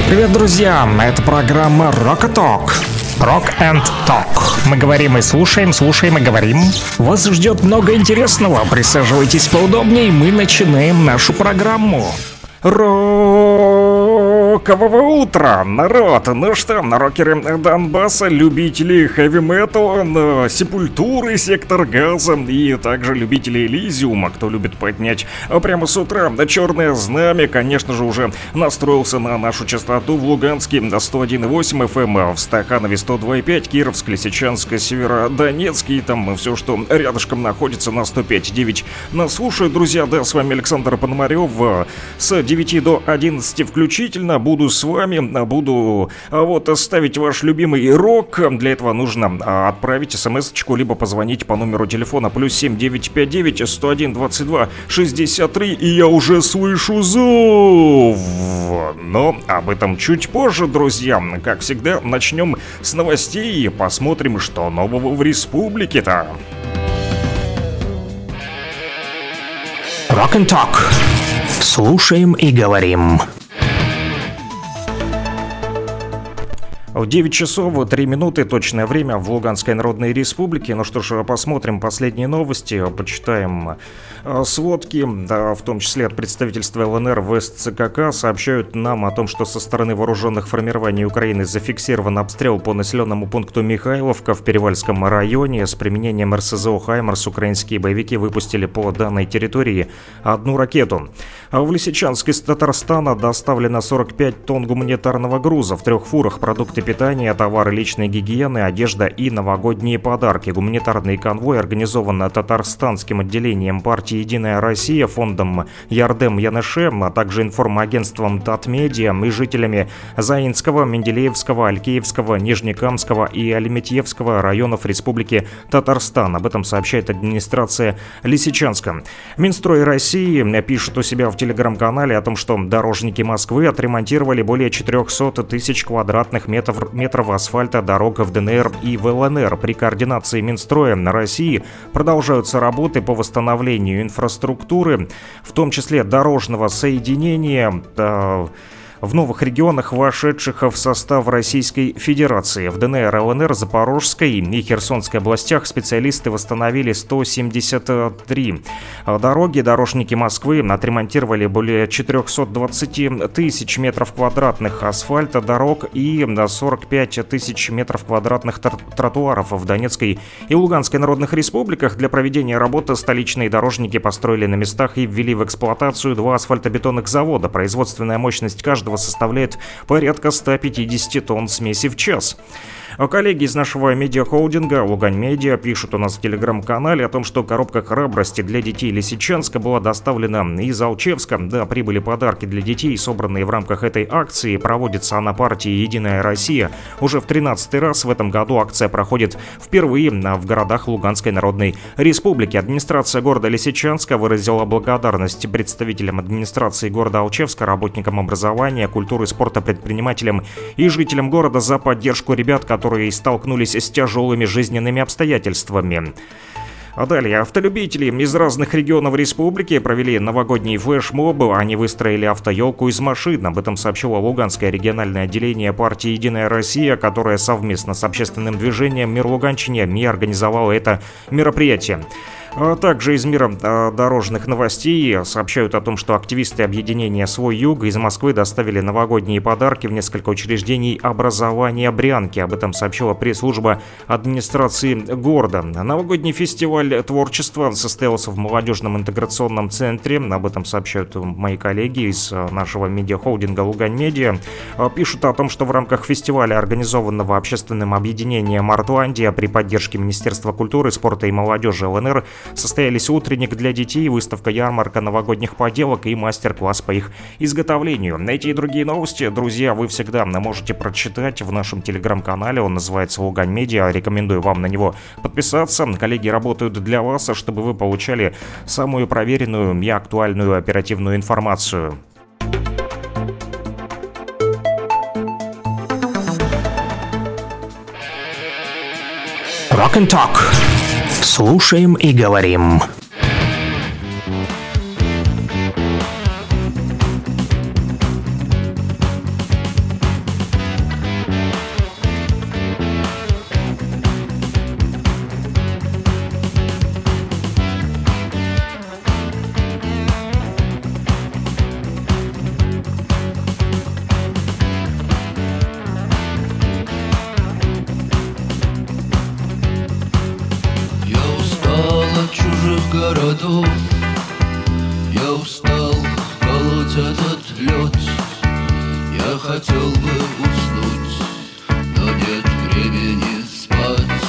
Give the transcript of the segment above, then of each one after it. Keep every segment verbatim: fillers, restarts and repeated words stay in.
Привет, друзья! Это программа Rock and Talk. Rock and Talk. Мы говорим и слушаем, слушаем и говорим. Вас ждет много интересного. Присаживайтесь поудобнее, мы начинаем нашу программу. Рокового утра, народ! Ну что, рокеры Донбасса, любители хэви-металла, Сепультуры, Сектор Газа и также любители Элизиума, кто любит поднять прямо с утра черное знамя, конечно же, уже настроился на нашу частоту в Луганске сто один и восемь эф эм, в Стаханове сто два и пять, Кировск, Лисичанск, Северодонецк и там все, что рядышком находится, на сто пять и девять. Нас слушают, друзья, да, с вами Александр Пономарев с девяти до одиннадцати включительно. Буду с вами, буду вот ставить ваш любимый рок. Для этого нужно отправить смс-очку, либо позвонить по номеру телефона плюс семь девятьсот пятьдесят девять сто один двадцать два шестьдесят три, и я уже слышу зов. Но об этом чуть позже, друзья. Как всегда, начнем с новостей и посмотрим, что нового в республике-то. Rock and Talk. Слушаем и говорим. В девять часов три минуты точное время в Луганской Народной Республике. Ну что ж, посмотрим последние новости, почитаем сводки, да, в том числе от представительства эл эн эр в эс цэ ка ка. Сообщают нам о том, что со стороны вооруженных формирований Украины зафиксирован обстрел по населенному пункту Михайловка в Перевальском районе. С применением эр эс зэ о «Хаймарс» украинские боевики выпустили по данной территории одну ракету. А в Лисичанск из Татарстана доставлено сорок пять тонн гуманитарного груза. В трех фурах продукты питания, товары личной гигиены, одежда и новогодние подарки. Гуманитарный конвой организован татарстанским отделением партии «Единая Россия», фондом Ярдем Янеше, а также информагентством Татмедиа и жителями Заинского, Менделеевского, Алькеевского, Нижнекамского и Альметьевского районов Республики Татарстан. Об этом сообщает администрация Лисичанска. Минстрой России пишет у себя в телеграм-канале о том, что дорожники Москвы отремонтировали более четыреста тысяч квадратных метров метров асфальта дорог в дэ эн эр и в эл эн эр. При координации Минстроя на России продолжаются работы по восстановлению инфраструктуры, в том числе дорожного соединения э, в новых регионах, вошедших в состав Российской Федерации. В дэ эн эр, эл эн эр, Запорожской и Херсонской областях специалисты восстановили сто семьдесят три дороги. Дорожники Москвы отремонтировали более четыреста двадцать тысяч метров квадратных асфальта дорог и сорок пять тысяч метров квадратных тр- тротуаров в Донецкой и Луганской народных республиках. Для проведения работы столичные дорожники построили на местах и ввели в эксплуатацию два асфальтобетонных завода. Производственная мощность каждого составляет порядка ста пятидесяти тонн смеси в час. Коллеги из нашего медиахолдинга Лугань Медиа пишут у нас в телеграм-канале о том, что коробка храбрости для детей Лисичанска была доставлена из Алчевска. Да, прибыли подарки для детей, собранные в рамках этой акции. Проводится она партией «Единая Россия». Уже в тринадцатый раз в этом году акция проходит впервые в городах Луганской Народной Республики. Администрация города Лисичанска выразила благодарность представителям администрации города Алчевска, работникам образования, культуры, спорта, предпринимателям и жителям города за поддержку ребят, которые которые столкнулись с тяжелыми жизненными обстоятельствами. А далее, автолюбители из разных регионов республики провели новогодний флешмоб. Они выстроили автоелку из машин. Об этом сообщило Луганское региональное отделение партии «Единая Россия», которое совместно с общественным движением «Мир Луганщине» и организовало это мероприятие. Также из мира дорожных новостей сообщают о том, что активисты объединения «Свой Юг» из Москвы доставили новогодние подарки в несколько учреждений образования Брянки. Об этом сообщила пресс-служба администрации города. Новогодний фестиваль творчества состоялся в молодежном интеграционном центре. Об этом сообщают мои коллеги из нашего медиахолдинга «Лугань Медиа». Пишут о том, что в рамках фестиваля, организованного общественным объединением «Артландия» при поддержке Министерства культуры, спорта и молодежи эл эн эр, состоялись утренник для детей, выставка, ярмарка новогодних поделок и мастер-класс по их изготовлению. Эти и другие новости, друзья, вы всегда можете прочитать в нашем телеграм-канале. Он называется «Лугань Медиа». Рекомендую вам на него подписаться. Коллеги работают для вас, чтобы вы получали самую проверенную и актуальную оперативную информацию. Rock and Talk. Слушаем и говорим. готов. Я устал колоть этот лед. Я хотел бы уснуть, но нет времени спать.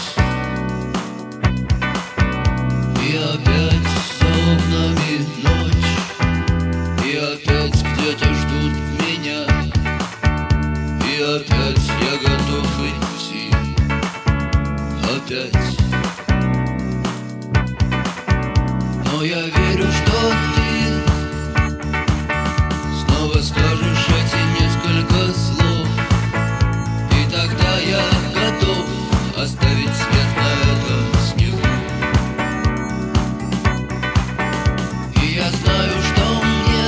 И опять за окнами ночь, и опять где-то ждут меня, и опять я готов идти, опять. Но я верю, что ты снова скажешь эти несколько слов, и тогда я готов оставить свет на этом снегу. И я знаю, что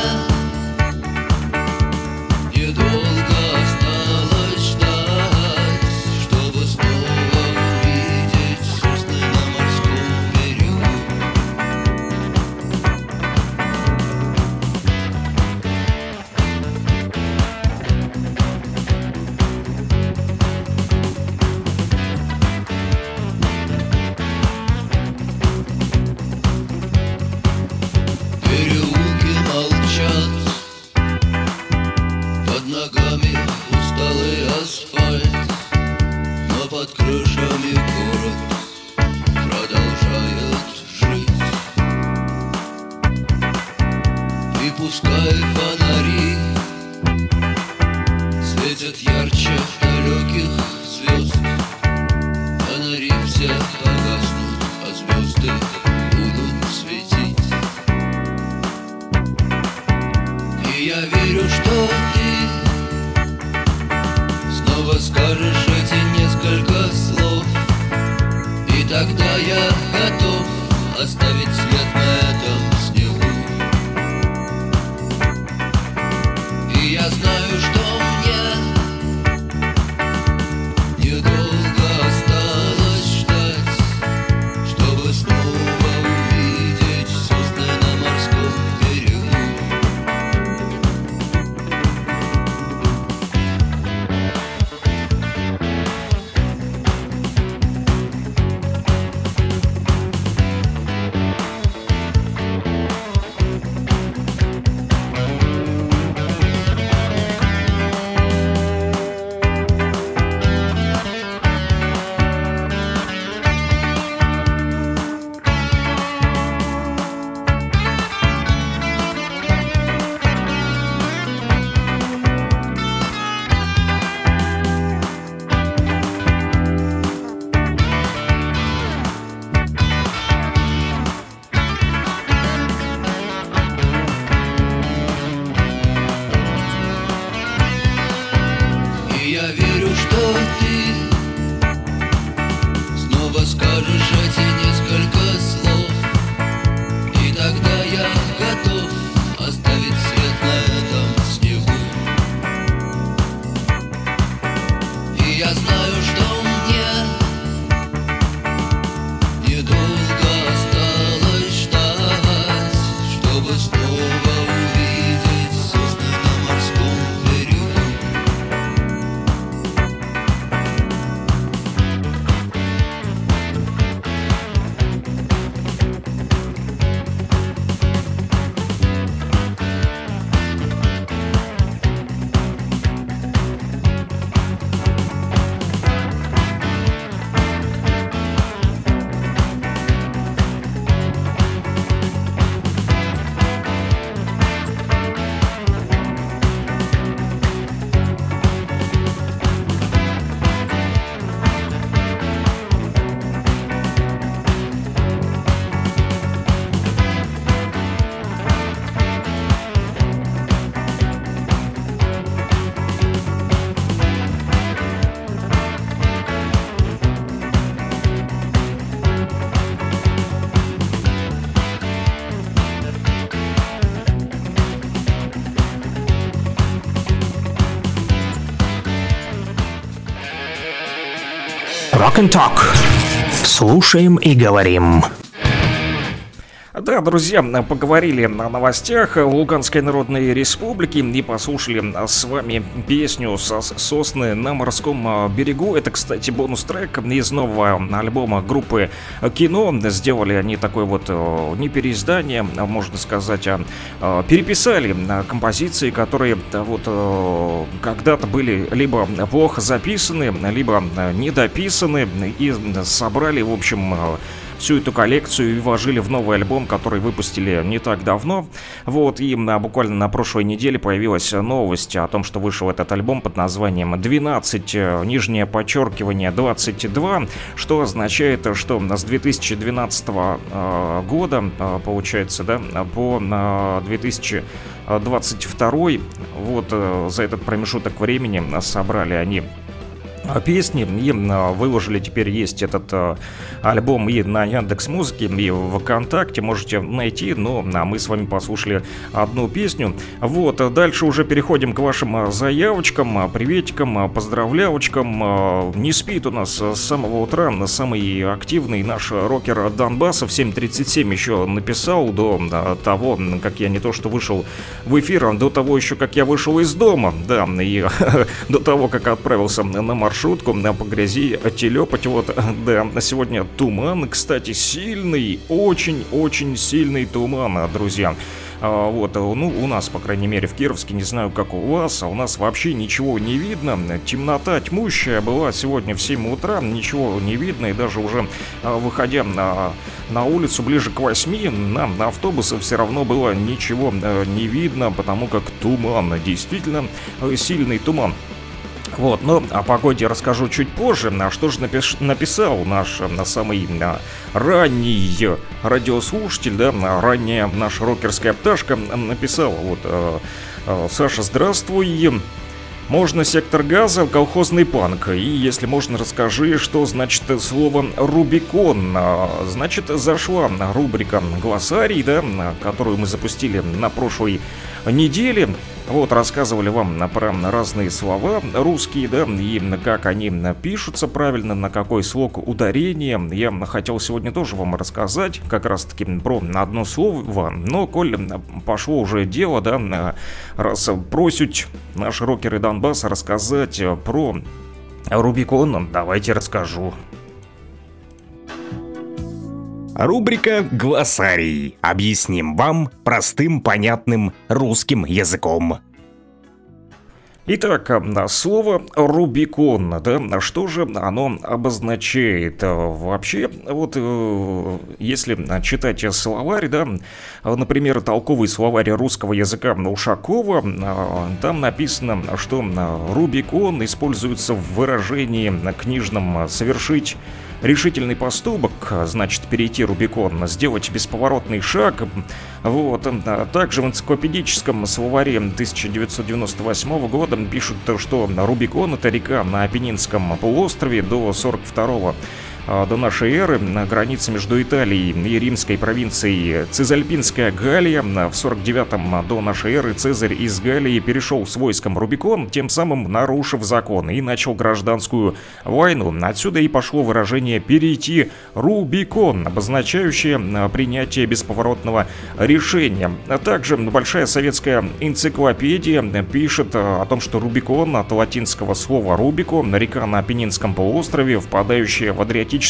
мне недолго осталось ждать, чтобы снова увидеть сосны на морском берегу. Переулки молчат, под ногами усталый асфальт, но под крышами город продолжает жить. И пускай фонари светят ярче далеких звезд, фонари все погаснут, а звезды будут светить. И я верю, что ты снова скажешь эти несколько слов, и тогда я готов оставить свет на этом снегу. И я знаю, что мне недолго осталось ждать, чтобы снова увидеть сосны на морском берегу. И я верю, что ты снова скажешь эти несколько слов, и тогда я готов оставить свет на этом снегу. И я знаю, что мне недолго осталось ждать, чтобы снова увидеть сосны на морском берегу. Rock and Talk. Слушаем и говорим. Да, друзья, поговорили о новостях Луганской Народной Республики и послушали с вами песню «Сосны на морском берегу». Это, кстати, бонус-трек из нового альбома группы «Кино». Сделали они такое вот не переиздание, можно сказать, а переписали композиции, которые вот когда-то были либо плохо записаны, либо недописаны, и собрали, в общем, всю эту коллекцию и вложили в новый альбом, который выпустили не так давно. Вот, и а, буквально на прошлой неделе появилась новость о том, что вышел этот альбом под названием двенадцать, нижнее подчеркивание двадцать два, что означает, что с две тысячи двенадцатого э, года, э, получается, да, по э, две тысячи двадцать второй, вот э, за этот промежуток времени собрали они песни и выложили. Теперь есть этот э, альбом и на Яндекс.Музыке, и в ВКонтакте можете найти. Но а мы с вами послушали одну песню. Вот, дальше уже переходим к вашим заявочкам, приветикам, поздравлявочкам. Не спит у нас с самого утра самый активный наш рокер Донбасса. В семь тридцать семь еще написал до того, как я не то что вышел в эфир, до того еще, как я вышел из дома, да, и до того, как отправился на маршрут шутку по грязи телепать. Вот, да, сегодня туман, кстати, сильный, очень-очень сильный туман, друзья. А, вот, ну, у нас, по крайней мере, в Кировске, не знаю, как у вас, а у нас вообще ничего не видно. Темнота тьмущая была сегодня в семь утра, ничего не видно, и даже уже а, выходя на, на улицу ближе к восьми, нам на автобусы все равно было ничего а, не видно, потому как туман, действительно а, сильный туман. Вот, но о погоде расскажу чуть позже. А что же напиш... написал наш на самый а, ранний радиослушатель, да, ранняя наша рокерская пташка написал. Вот, а, а, Саша, здравствуй. Можно сектор газа, колхозный панк. И если можно, расскажи, что значит слово «Рубикон». Значит, зашла рубрика «Глоссарий», да, которую мы запустили на прошлой неделе. Вот, рассказывали вам про разные слова русские, да, и как они пишутся правильно, на какой слог ударение. Я хотел сегодня тоже вам рассказать как раз-таки про одно слово, но коль пошло уже дело, да, раз просят наши рокеры Донбасса рассказать про Рубикон, давайте расскажу. Рубрика «Глоссарий». Объясним вам простым, понятным русским языком. Итак, слово «Рубикон», да, что же оно обозначает? Вообще, вот если читать словарь, да, например, толковый словарь русского языка Ушакова, там написано, что «Рубикон» используется в выражении книжном «совершить решительный поступок», значит, перейти Рубикон, сделать бесповоротный шаг. Вот. Также в энциклопедическом словаре тысяча девятьсот девяносто восьмого года пишут, что Рубикон — это река на Апеннинском полуострове до сорок второго до нашей эры, на границе между Италией и римской провинцией Цезальпинская Галлия. В сорок девятом до нашей эры Цезарь из Галлии перешел с войском Рубикон, тем самым нарушив закон, и начал гражданскую войну. Отсюда и пошло выражение «перейти Рубикон», обозначающее принятие бесповоротного решения. А также большая советская энциклопедия пишет о том, что Рубикон от латинского слова «рубико», река на Апеннинском полуострове, впадающая в Адриатическое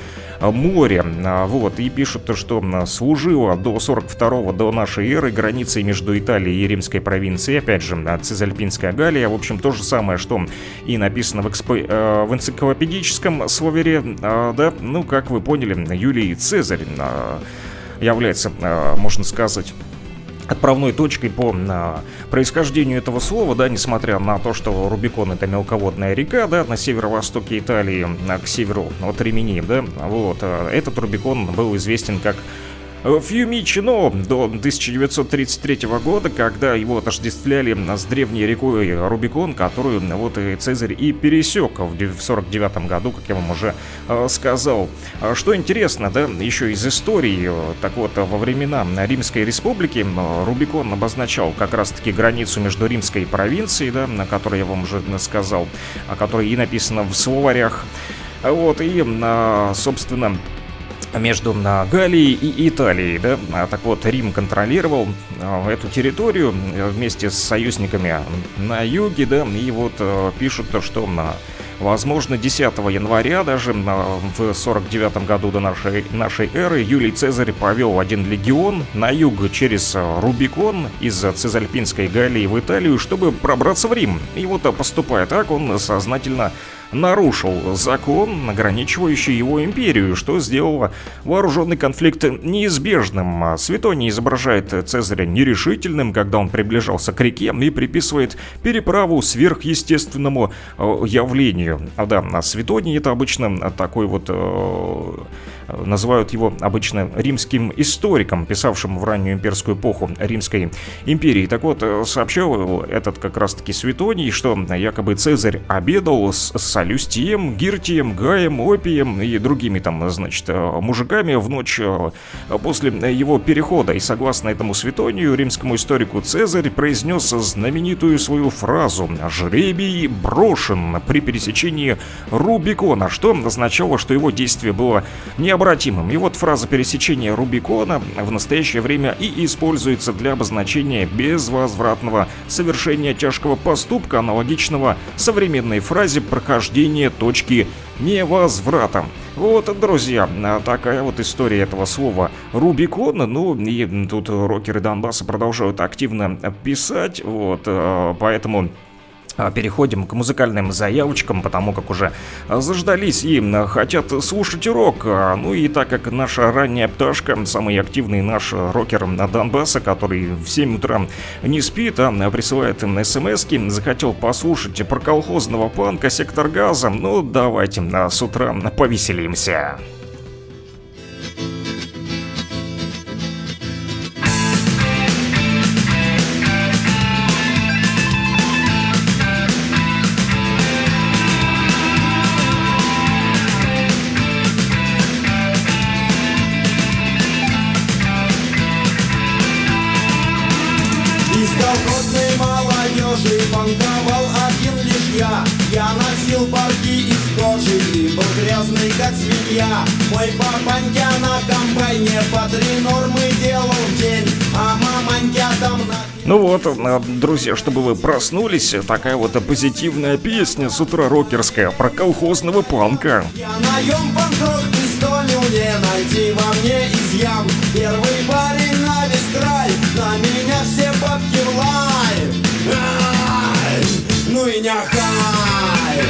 море. Вот, и пишут, что служила до сорок второго до нашей эры границей между Италией и римской провинцией. Опять же, Цезальпинская Галлия. В общем, то же самое, что и написано в, экспо... в энциклопедическом словаре. Да, ну, как вы поняли, Юлий Цезарь является, можно сказать, отправной точкой по а, происхождению этого слова, да, несмотря на то, что Рубикон — это мелководная река, да, на северо-востоке Италии, а, к северу от Римини, да, вот, а, этот Рубикон был известен как Фьюмичино до тысяча девятьсот тридцать третьего года, когда его отождествляли с древней рекой Рубикон, которую вот и Цезарь и пересек в сорок девятом году, как я вам уже э, сказал. Что интересно, да, еще из истории, так вот, во времена Римской Республики Рубикон обозначал как раз-таки границу между римской провинцией, да, на которой я вам уже сказал, о которой и написано в словарях. Вот, и, собственно, между Галлией и Италией, да, так вот, Рим контролировал эту территорию вместе с союзниками на юге, да, и вот пишут, что возможно, десятого января даже в сорок девятом году до нашей, нашей эры Юлий Цезарь повел один легион на юг через Рубикон из Цезальпинской Галлии в Италию, чтобы пробраться в Рим. И вот, поступая так, он сознательно нарушил закон, ограничивающий его империю, что сделало вооруженный конфликт неизбежным. Светоний изображает Цезаря нерешительным, когда он приближался к реке, и приписывает переправу сверхъестественному явлению. Да, Светоний — это обычно такой вот... Называют его обычно римским историком, писавшим в раннюю имперскую эпоху Римской империи. Так вот, сообщал этот как раз-таки Светоний, что якобы Цезарь обедал с Салюстием, Гиртием, Гаем, Опием и другими там, значит, мужиками в ночь после его перехода. И согласно этому Светонию, римскому историку, Цезарь произнес знаменитую свою фразу «Жребий брошен» при пересечении Рубикона, что означало, что его действие было необратимым. И вот фраза пересечения Рубикона в настоящее время и используется для обозначения безвозвратного совершения тяжкого поступка, аналогичного современной фразе прохождения точки невозврата. Вот, друзья, такая вот история этого слова Рубикон. Ну, и тут рокеры Донбасса продолжают активно писать, вот, поэтому... Переходим к музыкальным заявочкам, потому как уже заждались и хотят слушать рок. Ну и так как наша ранняя пташка, самый активный наш рокер Донбасса, который в семь утра не спит, а присылает им смски, захотел послушать про колхозного панка «Сектор газа», ну давайте с утра повеселимся. Банковал один лишь я. Я носил парки из кожи и был грязный, как свинья. Мой папанька на комбайне по три нормы делал в день, а маманька там на... Ну вот, друзья, чтобы вы проснулись, такая вот позитивная песня с утра рокерская про колхозного панка. Я наем панк-рок пистолил, не найти во мне изъян. Первый парень на весь край, на меня все бабки в лай. Ай, ну и няхай.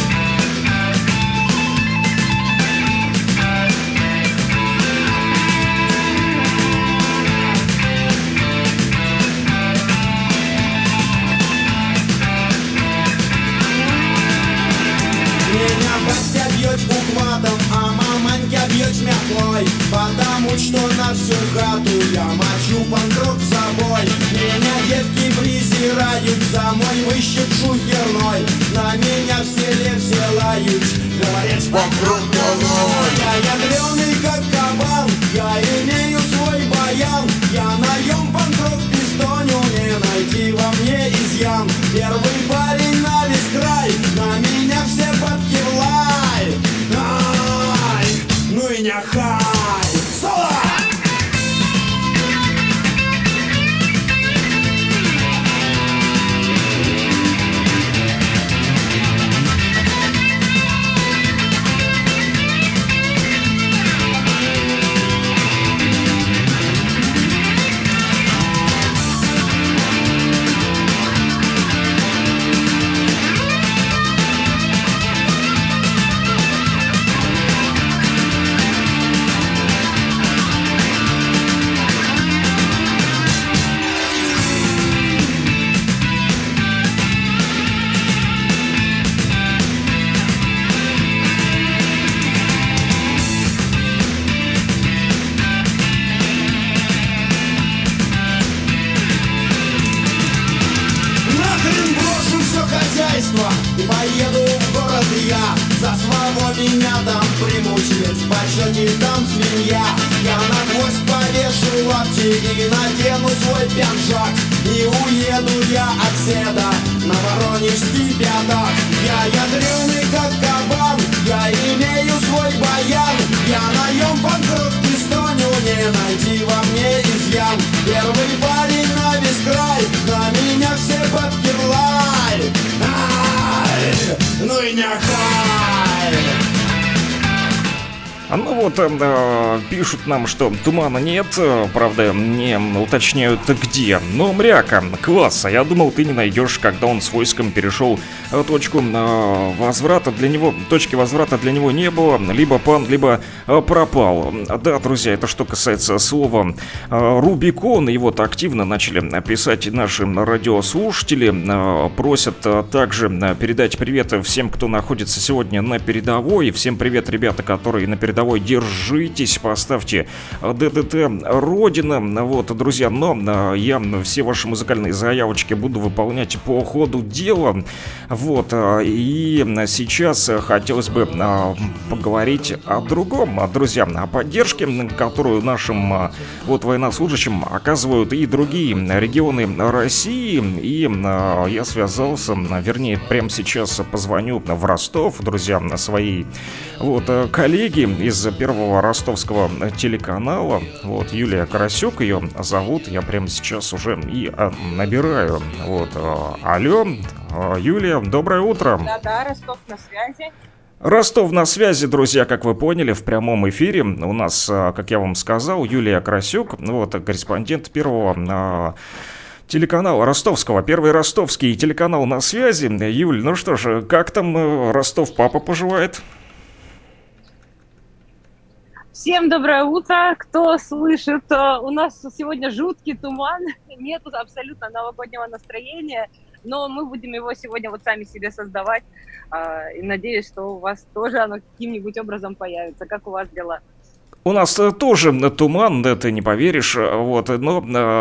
Меня батя бьет ухватом, а маманька бьет мятлой, потому что на всю хату я мочу панк-рок с собой. Меня девки презирают за мой выщипшу херной, на меня в селе все лают, говорят, панк-рок говно. Я ядреный как кабан, я имею свой баян, я наем панк-рок пистоню, не найти во мне изъян. Первый парень на весь край, на меня все бабки в лай. Ай, ну и няхай. Соло! И поеду в город я, за славу меня там примут, ведь в почете там свинья. Я на гвоздь повешу лапти и надену свой пиджак, и уеду я от седа на воронежский пятак. Я ядреный как кабан, я имею имею свой баян. Я на нем панк-рок не стоню, не найти во мне изъян. Первый парень на весь край, на меня все бабки влай. Ай, ну и нахай. А ну вот, э, пишут нам, что тумана нет, э, правда, не уточняют где. Но мряка, класс, а я думал, ты не найдешь, когда он с войском перешел э, точку э, возврата для него, точки возврата для него не было, либо пан, либо э, пропал. Да, друзья, это что касается слова э, Рубикон, и вот активно начали писать наши радиослушатели, э, просят э, также э, передать привет всем, кто находится сегодня на передовой, всем привет, ребята, которые на передовой. Держитесь, поставьте ДДТ Родина. Вот, друзья, но я все ваши музыкальные заявочки буду выполнять по ходу дела. Вот, и сейчас хотелось бы поговорить о другом, друзья, о поддержке, которую нашим вот военнослужащим оказывают и другие регионы России. И я связался, вернее, прямо сейчас позвоню в Ростов, друзья, своей вот коллеги из первого ростовского телеканала. Вот, Юлия Карасюк ее зовут. Я прямо сейчас уже и а, набираю. Вот, а, алло, а, Юлия, доброе утро. Да-да, Ростов на связи. Ростов на связи, друзья, как вы поняли, в прямом эфире. У нас, как я вам сказал, Юлия Карасюк, вот, корреспондент первого а, телеканала ростовского, первый ростовский телеканал на связи. Юль, ну что ж, как там Ростов папа поживает? Всем доброе утро, кто слышит, у нас сегодня жуткий туман, нет абсолютно новогоднего настроения, но мы будем его сегодня вот сами себе создавать, и надеюсь, что у вас тоже оно каким-нибудь образом появится. Как у вас дела? У нас тоже туман, да ты не поверишь, вот, но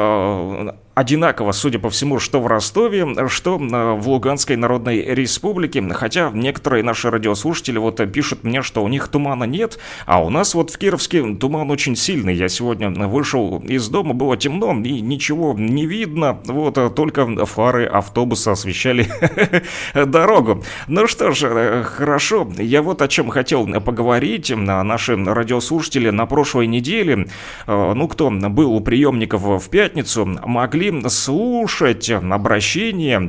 э, одинаково, судя по всему, что в Ростове, что в Луганской Народной Республике, хотя некоторые наши радиослушатели вот пишут мне, что у них тумана нет, а у нас вот в Кировске туман очень сильный. Я сегодня вышел из дома, было темно и ничего не видно, вот, только фары автобуса освещали дорогу. Ну что ж, хорошо, я вот о чем хотел поговорить. Наши радиослушатели на прошлой неделе, ну, кто был у приемников в пятницу, могли слушать обращение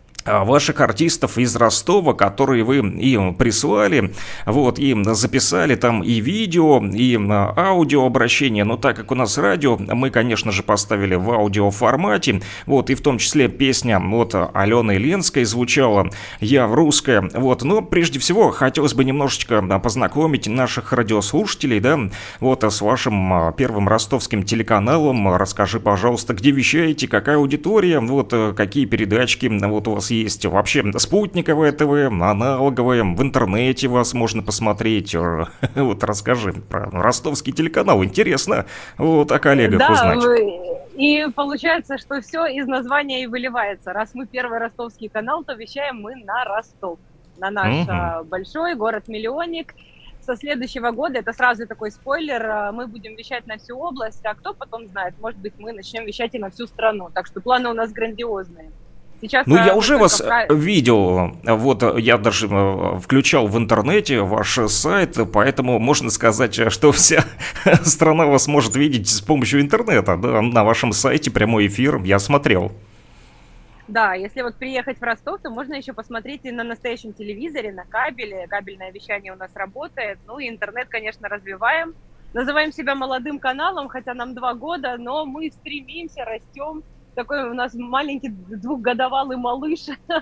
ваших артистов из Ростова, которые вы им прислали, вот, и записали там и видео, и аудио обращение, но так как у нас радио, мы, конечно же, поставили в аудиоформате, вот, и в том числе песня вот Алены Ленской звучала «Я русская», вот, но прежде всего хотелось бы немножечко познакомить наших радиослушателей, да, вот, с вашим первым ростовским телеканалом. Расскажи, пожалуйста, где вещаете, какая аудитория, вот, какие передачки, вот, у вас есть, вообще спутниковое ТВ, аналоговое, в интернете вас можно посмотреть. Вот расскажи про ростовский телеканал, интересно вот о коллегах да, узнать. Вы... И получается, что все из названия и выливается. Раз мы первый ростовский канал, то вещаем мы на Ростов, на наш угу. большой город-миллионник. Со следующего года, это сразу такой спойлер, мы будем вещать на всю область, а кто потом знает, может быть, мы начнем вещать и на всю страну. Так что планы у нас грандиозные. Сейчас, ну, я уже вас прав... видел, вот я даже включал в интернете ваш сайт, поэтому можно сказать, что вся страна вас может видеть с помощью интернета, да, на вашем сайте прямой эфир, я смотрел. Да, если вот приехать в Ростов, то можно еще посмотреть и на настоящем телевизоре, на кабеле, кабельное вещание у нас работает, ну и интернет, конечно, развиваем. Называем себя молодым каналом, хотя нам два года, но мы стремимся, растем. Такой у нас маленький двухгодовалый малыш,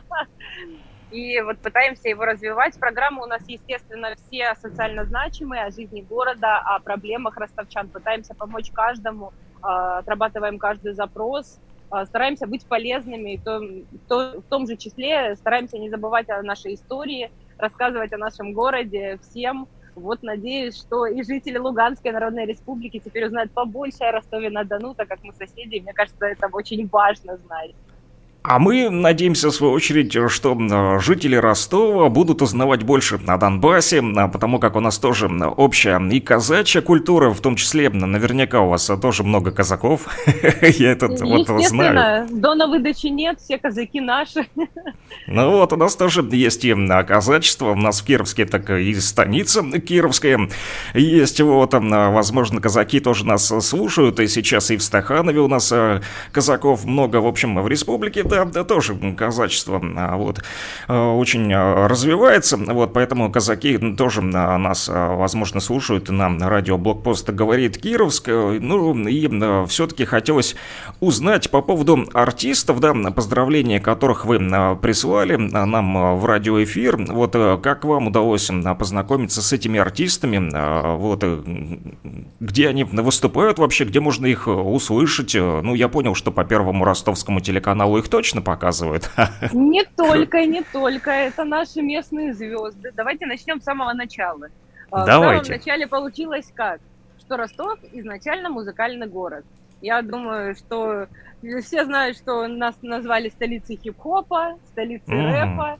и вот пытаемся его развивать. Программы у нас, естественно, все социально значимые, о жизни города, о проблемах ростовчан. Пытаемся помочь каждому, отрабатываем каждый запрос, стараемся быть полезными, в том же числе стараемся не забывать о нашей истории, рассказывать о нашем городе всем. Вот надеюсь, что и жители Луганской Народной Республики теперь узнают побольше о Ростове-на-Дону, так как мы соседи, и мне кажется, это очень важно знать. А мы надеемся, в свою очередь, что м, жители Ростова будут узнавать больше о Донбассе, а, потому как у нас тоже м, общая и казачья культура, в том числе, м, наверняка у вас а, тоже много казаков, я это вот знаю. Естественно, дона выдачи нет, все казаки наши. Ну вот, у нас тоже есть и м, казачество, у нас в Кировске так и станица Кировская есть, вот, м, а, возможно, казаки тоже нас слушают, и сейчас и в Стаханове у нас а, казаков много, в общем, в республике, да, да, тоже казачество, а, вот, а, очень а, развивается, вот, поэтому казаки тоже а, нас, а, возможно, слушают на радио Блокпост говорит Кировск, ну, и а, все-таки хотелось узнать по поводу артистов, да, поздравления которых вы а, прислали а, нам а, в радиоэфир, вот, а, как вам удалось а, познакомиться с этими артистами, а, вот, а, где они выступают вообще, где можно их услышать, ну, я понял, что по первому ростовскому телеканалу их точно показывают. Не только, не только, это наши местные звезды. Давайте начнем с самого начала. А, В самом Давайте. начале получилось как? Что Ростов изначально музыкальный город. Я думаю, что все знают, что нас назвали столицей хип-хопа, столицей Мгм. рэпа.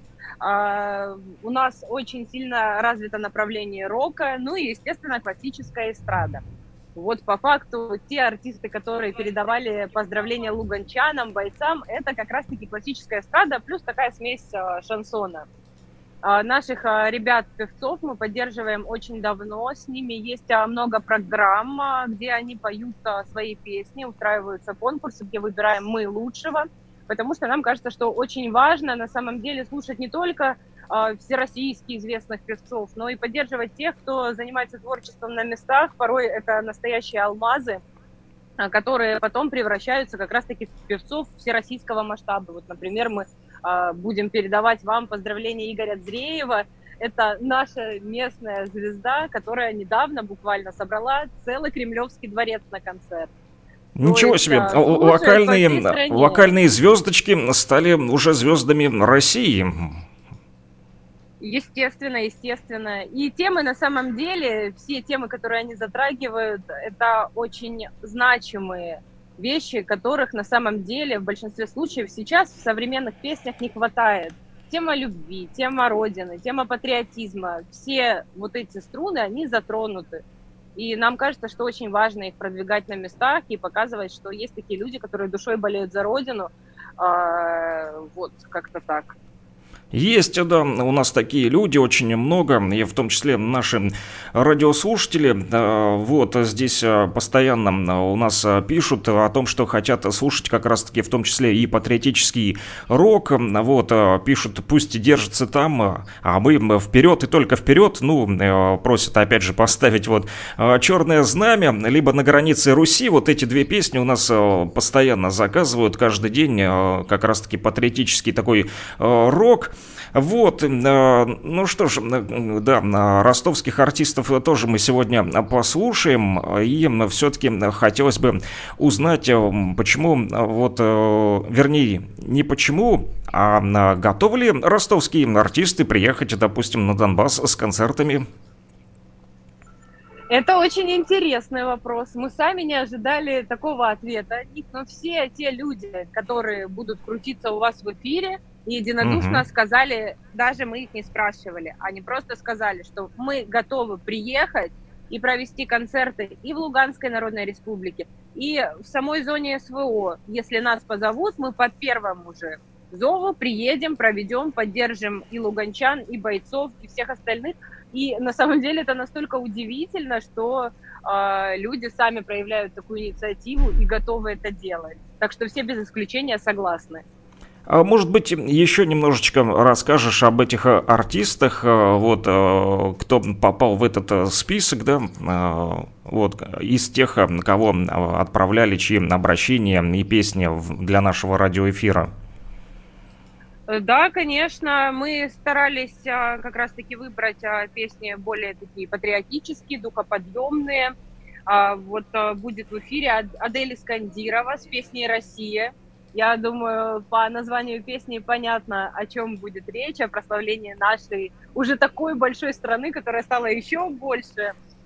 А, У нас очень сильно развито направление рока, ну и, естественно, классическая эстрада. Вот по факту те артисты, которые передавали поздравления луганчанам, бойцам, это как раз-таки классическая эстрада плюс такая смесь а, шансона. А, Наших а, ребят-певцов мы поддерживаем очень давно, с ними есть а, много программ, а, где они поют а, свои песни, устраиваются конкурсы, где выбираем мы лучшего, потому что нам кажется, что очень важно на самом деле слушать не только а, всероссийски известных певцов, но и поддерживать тех, кто занимается творчеством на местах, порой это настоящие алмазы, а, которые потом превращаются как раз-таки в певцов всероссийского масштаба. Вот, например, мы а, будем передавать вам поздравления Игоря Зреева. Это наша местная звезда, которая недавно буквально собрала целый Кремлевский дворец на концерт. То Ничего есть себе, а, л- слушают по локальные, всей стране. локальные звездочки стали уже звездами России. Естественно, естественно. И темы на самом деле, все темы, которые они затрагивают, это очень значимые вещи, которых на самом деле в большинстве случаев сейчас в современных песнях не хватает. Тема любви, тема родины, тема патриотизма, все вот эти струны, они затронуты. И нам кажется, что очень важно их продвигать на местах и показывать, что есть такие люди, которые душой болеют за родину. А, Вот, как-то так. Есть, да, у нас такие люди очень много, и в том числе наши радиослушатели. э, Вот здесь э, постоянно э, у нас э, пишут о том, что хотят слушать как раз-таки в том числе и патриотический рок. Вот, э, пишут, пусть держится там, э, а мы м, вперед и только вперед. Ну, э, просят опять же поставить вот э, «Черное знамя», либо «На границе Руси». Вот эти две песни у нас э, постоянно заказывают каждый день, э, как раз-таки патриотический такой э, рок. Вот, э, ну что ж, э, да, э, ростовских артистов тоже мы сегодня послушаем, и все-таки хотелось бы узнать, э, почему, э, вот, э, вернее, не почему, а э, готовы ли ростовские артисты приехать, допустим, на Донбасс с концертами? Это очень интересный вопрос. Мы сами не ожидали такого ответа от них, но все те люди, которые будут крутиться у вас в эфире, единодушно Мгм. сказали, даже мы их не спрашивали, они просто сказали, что мы готовы приехать и провести концерты и в Луганской Народной Республике, и в самой зоне СВО. Если нас позовут, мы по первому же зову приедем, проведем, поддержим и луганчан, и бойцов, и всех остальных. И на самом деле это настолько удивительно, что э, люди сами проявляют такую инициативу и готовы это делать. Так что все без исключения согласны. А может быть, еще немножечко расскажешь об этих э, артистах, э, вот, э, кто попал в этот э, список, да, э, вот, из тех, э, кого э, отправляли, чьи обращения и песни в- для нашего радиоэфира. Э, Да, конечно, мы старались а, как раз-таки выбрать а, песни более такие патриотические, духоподъемные. А, Вот а, будет в эфире Ад- Адель Искандирова с песней «Россия». Я думаю, по названию песни понятно, о чем будет речь, о прославлении нашей уже такой большой страны, которая стала еще больше.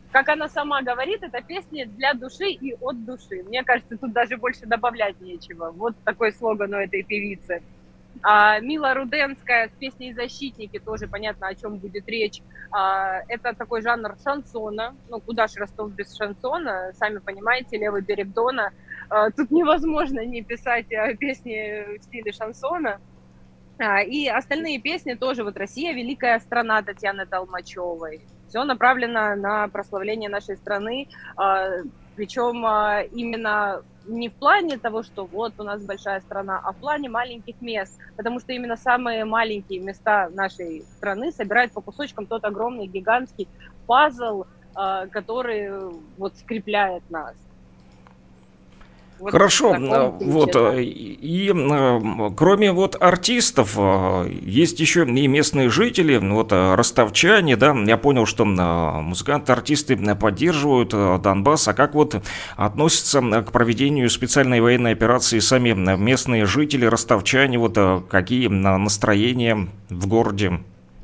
как она сама говорит, это песни для души и от души. Мне кажется, тут даже больше добавлять нечего. Вот такой слоган у этой певицы. А Мила Руденская с песней «Защитники», тоже понятно, о чем будет речь. А, это такой жанр шансона. Ну, куда ж Ростов без шансона? Сами понимаете, левый берег Дона. А, тут невозможно не писать песни в стиле шансона. А, и остальные песни тоже. Вот «Россия – великая страна» Татьяны Толмачевой. Все направлено на прославление нашей страны. А, причем а, именно не в плане того, что вот у нас большая страна, а в плане маленьких мест. Потому что именно самые маленькие места нашей страны собирают по кусочкам тот огромный гигантский пазл, который вот скрепляет нас. Вот хорошо, вот, и, и кроме вот артистов, есть еще и местные жители, вот ростовчане, да, я понял, что музыканты, артисты поддерживают Донбасс, а как вот относятся к проведению специальной военной операции сами местные жители, ростовчане, вот какие настроения в городе?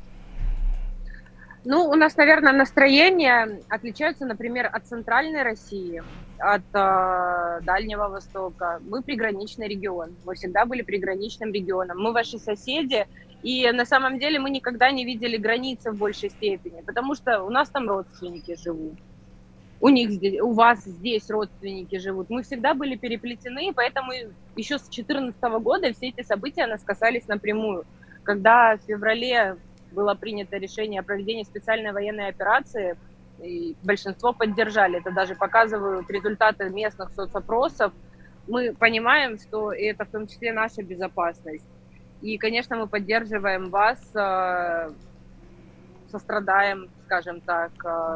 Ну, у нас, наверное, настроения отличаются, например, от центральной России, от э, Дальнего Востока. Мы приграничный регион, мы всегда были приграничным регионом. Мы ваши соседи, и на самом деле мы никогда не видели границы в большей степени, потому что у нас там родственники живут, у них здесь, у вас здесь родственники живут. Мы всегда были переплетены, поэтому еще с две тысячи четырнадцатого года все эти события нас касались напрямую. Когда в феврале было принято решение о проведении специальной военной операции, и большинство поддержали. Это даже показывают результаты местных соцопросов. Мы понимаем, что это в том числе наша безопасность. И, конечно, мы поддерживаем вас, сострадаем, скажем так.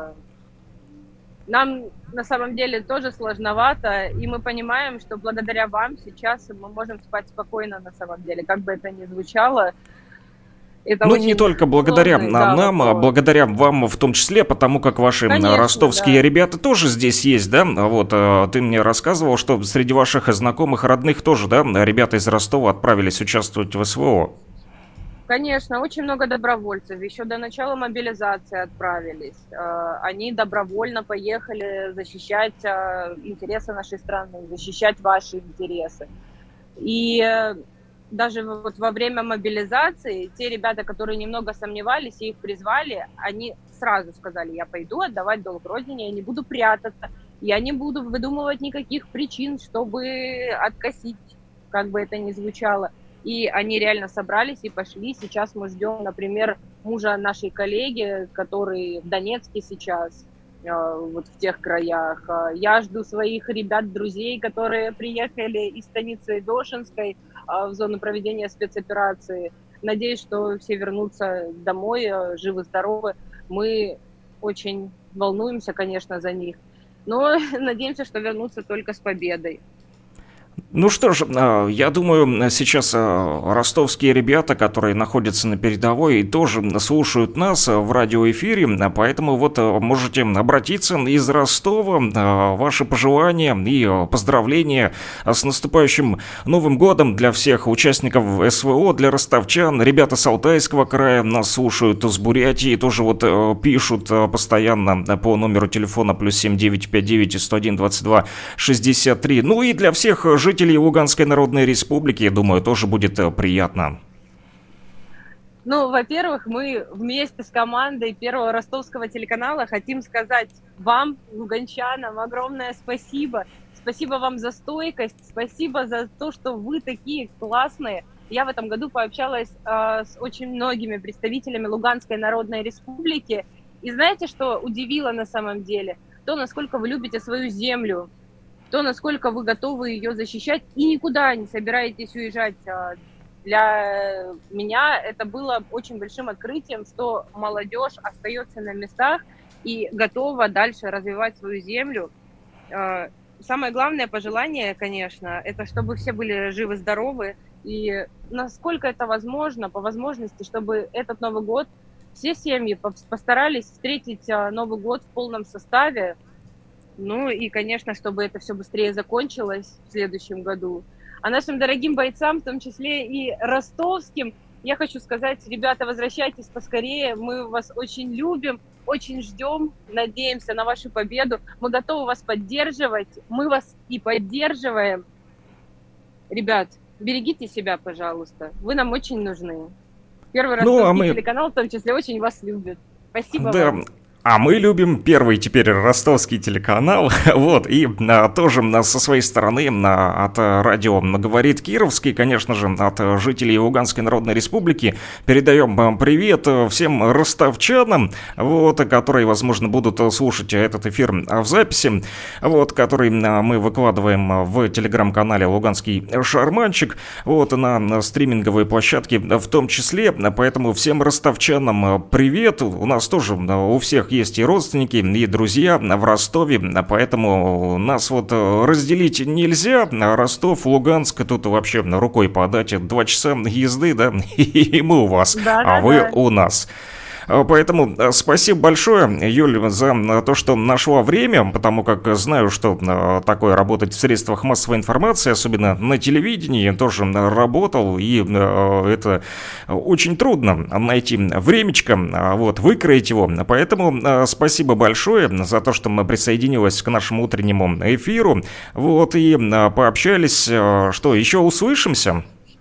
Нам на самом деле тоже сложновато, и мы понимаем, что благодаря вам сейчас мы можем спать спокойно на самом деле, как бы это ни звучало. Это ну, не только благодаря сложный, нам, да, а благодаря вам в том числе, потому как ваши Конечно, ростовские да. ребята тоже здесь есть, да? Вот ты мне рассказывал, что среди ваших знакомых, родных тоже, да, ребята из Ростова отправились участвовать в СВО. Конечно, очень много добровольцев. Еще до начала мобилизации отправились. Они добровольно поехали защищать интересы нашей страны, защищать ваши интересы. И даже вот во время мобилизации те ребята, которые немного сомневались и их призвали, они сразу сказали: я пойду отдавать долг родине, я не буду прятаться, я не буду выдумывать никаких причин, чтобы откосить, как бы это ни звучало. И они реально собрались и пошли. Сейчас мы ждем, например, мужа нашей коллеги, который в Донецке сейчас, вот в тех краях. Я жду своих ребят, друзей, которые приехали из станицы Дошинской в зону проведения спецоперации. Надеюсь, что все вернутся домой живы-здоровы. Мы очень волнуемся, конечно, за них, но надеемся, что вернутся только с победой. Ну что ж, я думаю, сейчас ростовские ребята, которые находятся на передовой, тоже слушают нас в радиоэфире, поэтому вот можете обратиться из Ростова, ваши пожелания и поздравления с наступающим Новым годом для всех участников СВО, для ростовчан. Ребята с Алтайского края нас слушают, с Бурятии тоже вот пишут постоянно по номеру телефона плюс семь девять пять девять сто один двадцать два шестьдесят три. Ну и для всех жителей Луганской Народной Республики, я думаю, тоже будет приятно. Ну, во-первых, мы вместе с командой Первого Ростовского телеканала хотим сказать вам, луганчанам, огромное спасибо. Спасибо вам за стойкость, спасибо за то, что вы такие классные. Я в этом году пообщалась э, с очень многими представителями Луганской Народной Республики. И знаете, что удивило на самом деле? То, насколько вы любите свою землю, то, насколько вы готовы ее защищать и никуда не собираетесь уезжать. Для меня это было очень большим открытием, что молодежь остается на местах и готова дальше развивать свою землю. Самое главное пожелание, конечно, это чтобы все были живы-здоровы, и насколько это возможно, по возможности, чтобы этот Новый год, все семьи постарались встретить Новый год в полном составе. Ну и, конечно, чтобы это все быстрее закончилось в следующем году. А нашим дорогим бойцам, в том числе и ростовским, Я хочу сказать, ребята, возвращайтесь поскорее, мы вас очень любим, очень ждем, надеемся на вашу победу, мы готовы вас поддерживать, мы вас и поддерживаем. Ребят, берегите себя, пожалуйста, вы нам очень нужны. Первый Ну, ростовский а мы... телеканал в том числе очень вас любит. Спасибо Да, вам. а мы любим первый теперь ростовский телеканал, вот, и а, тоже а, со своей стороны а, от а, радио «Говорит Кировский», конечно же, от а, жителей Луганской Народной Республики передаем а, привет всем ростовчанам, вот, которые, возможно, будут слушать этот эфир а, в записи, вот, который а, мы выкладываем в телеграм-канале «Луганский шарманчик», вот, на стриминговой площадке в том числе, поэтому всем ростовчанам привет, у нас тоже у всех есть и родственники, и друзья в Ростове, поэтому нас вот разделить нельзя. Ростов, Луганск, тут вообще рукой подать два часа езды, да, и мы у вас, Да, а да, вы да. у нас. Поэтому спасибо большое, Юль, за то, что нашла время, потому как знаю, что такое работать в средствах массовой информации, особенно на телевидении, тоже работал, и это очень трудно найти времечко, вот, выкроить его. Поэтому спасибо большое за то, что присоединилась к нашему утреннему эфиру, вот, и пообщались. Что, еще услышимся?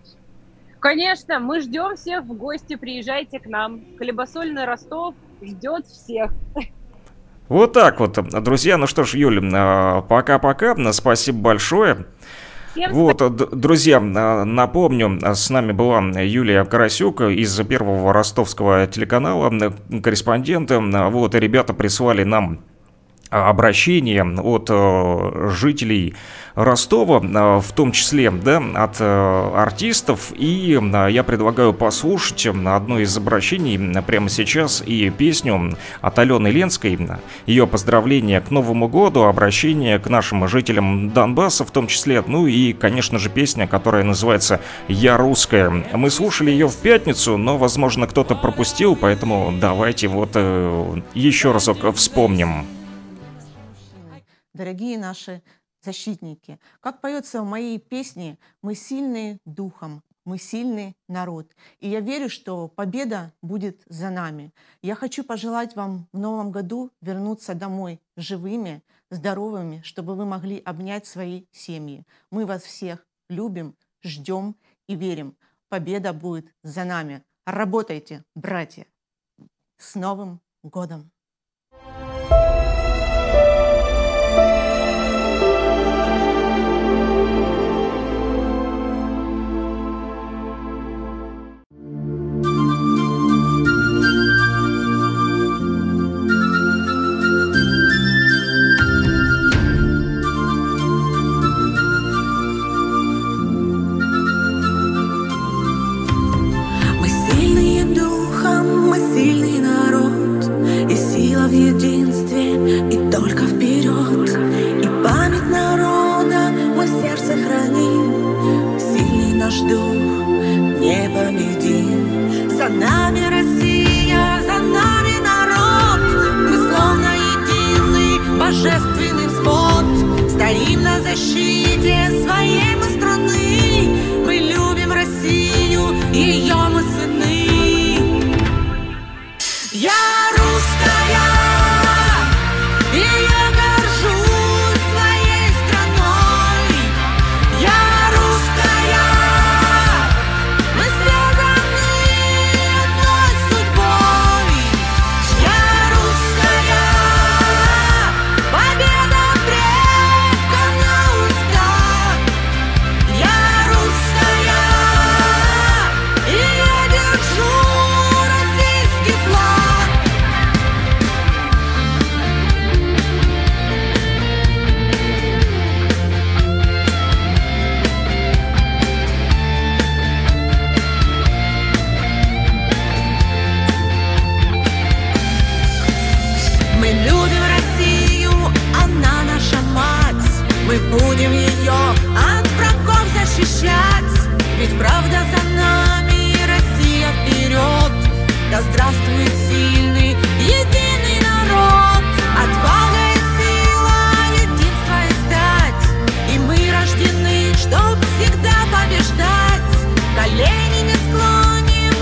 Конечно, мы ждем всех в гости, приезжайте к нам. Хлебосольный Ростов ждет всех. Вот так вот, друзья. Ну что ж, Юля, пока-пока, спасибо большое. Всем Вот, д- друзья, напомню, с нами была Юлия Карасюк из первого ростовского телеканала, корреспондента. Вот, и ребята прислали нам обращение от э, жителей Ростова, э, в том числе, да, от э, артистов, и э, я предлагаю послушать одно из обращений прямо сейчас и песню от Алены Ленской, ее поздравление к Новому году, обращение к нашим жителям Донбасса в том числе, ну и, конечно же, песня, которая называется «Я русская». Мы слушали ее в пятницу, но, возможно, кто-то пропустил, поэтому давайте вот э, еще разок вспомним. Дорогие наши защитники, как поется в моей песне, мы сильны духом, мы сильный народ. И я верю, что победа будет за нами. Я хочу пожелать вам в новом году вернуться домой живыми, здоровыми, чтобы вы могли обнять свои семьи. Мы вас всех любим, ждем и верим. Победа будет за нами. Работайте, братья! С Новым годом! Мы сильные духом, мы сильный народ, и сила в единстве, и только вперед. И память народа мы в сердце храним, сильный наш дух непобедим. За нами Россия, за нами народ, мы словно единый божественный взвод, стоим на защите своей мы страны. Мы любим Россию, ее мы сыны. Я русская, и я горжусь своей страной. Я русская, мы связаны одной судьбой. Я русская, победа предков на устах. Я русская, и я держу российский флаг. Мы любим Россию, она наша мать. Мы будем ее от врагов защищать. Ведь правда за нами, Россия вперед. Да здравствует сильный, единый народ. Отвага и сила, единство и стать. И мы рождены, чтоб всегда побеждать. Колени не склоним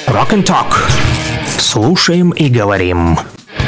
Rock and Talk. Слушаем и говорим.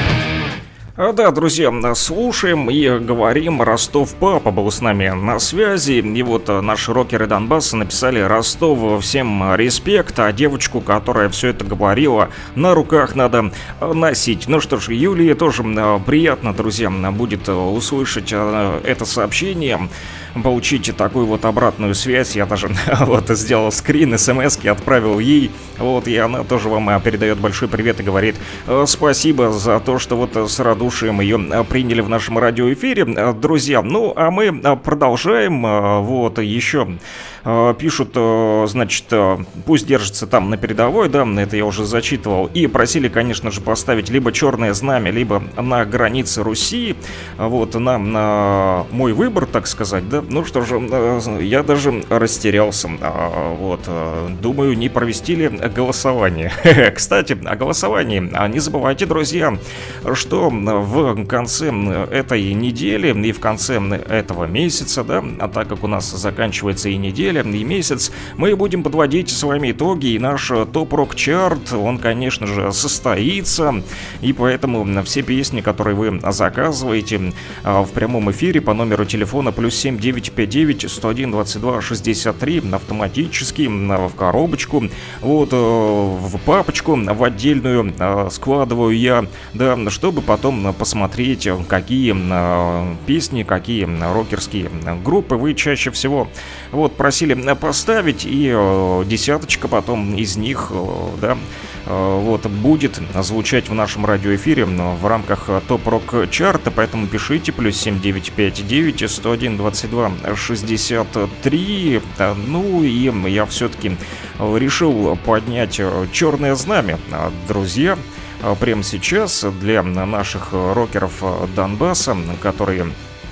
А, да, друзья, слушаем и говорим. Ростов Папа был с нами на связи. И вот наши рокеры Донбасса написали: Ростов, всем респект, а девочку, которая все это говорила, на руках надо носить. Ну что ж, Юлии тоже приятно, друзья, будет услышать это сообщение, получить такую вот обратную связь. Я даже вот сделал скрин, смс-ки отправил ей, вот, и она тоже вам передает большой привет и говорит спасибо за то, что вот с радушием ее приняли в нашем радиоэфире, друзья. Ну, а мы продолжаем, вот, еще пишут, значит, пусть держится там на передовой, да, это я уже зачитывал, и просили, конечно же, поставить либо черное знамя, либо на границе Руси, вот, на, на мой выбор, так сказать, да. Ну что же, я даже растерялся, вот, думаю, не провести ли голосование. Кстати, о голосовании не забывайте, друзья, что в конце этой недели и в конце этого месяца, да, а так как у нас заканчивается и неделя, и месяц, мы будем подводить с вами итоги, и наш топ-рок-чарт, он, конечно же, состоится, и поэтому все песни, которые вы заказываете в прямом эфире по номеру телефона плюс семь девятьсот пятьдесят девять сто один двадцать два шестьдесят три автоматически в коробочку, вот, в папочку в отдельную складываю я, да, чтобы потом посмотреть, какие песни, какие рокерские группы вы чаще всего вот просили поставить, и десяточка потом из них, да, вот, будет звучать в нашем радиоэфире в рамках топ-рок чарта, поэтому пишите плюс семь девятьсот пятьдесят девять сто один двадцать два шестьдесят три. Ну и я все-таки решил поднять черное знамя, друзья, прямо сейчас для наших рокеров Донбасса, которые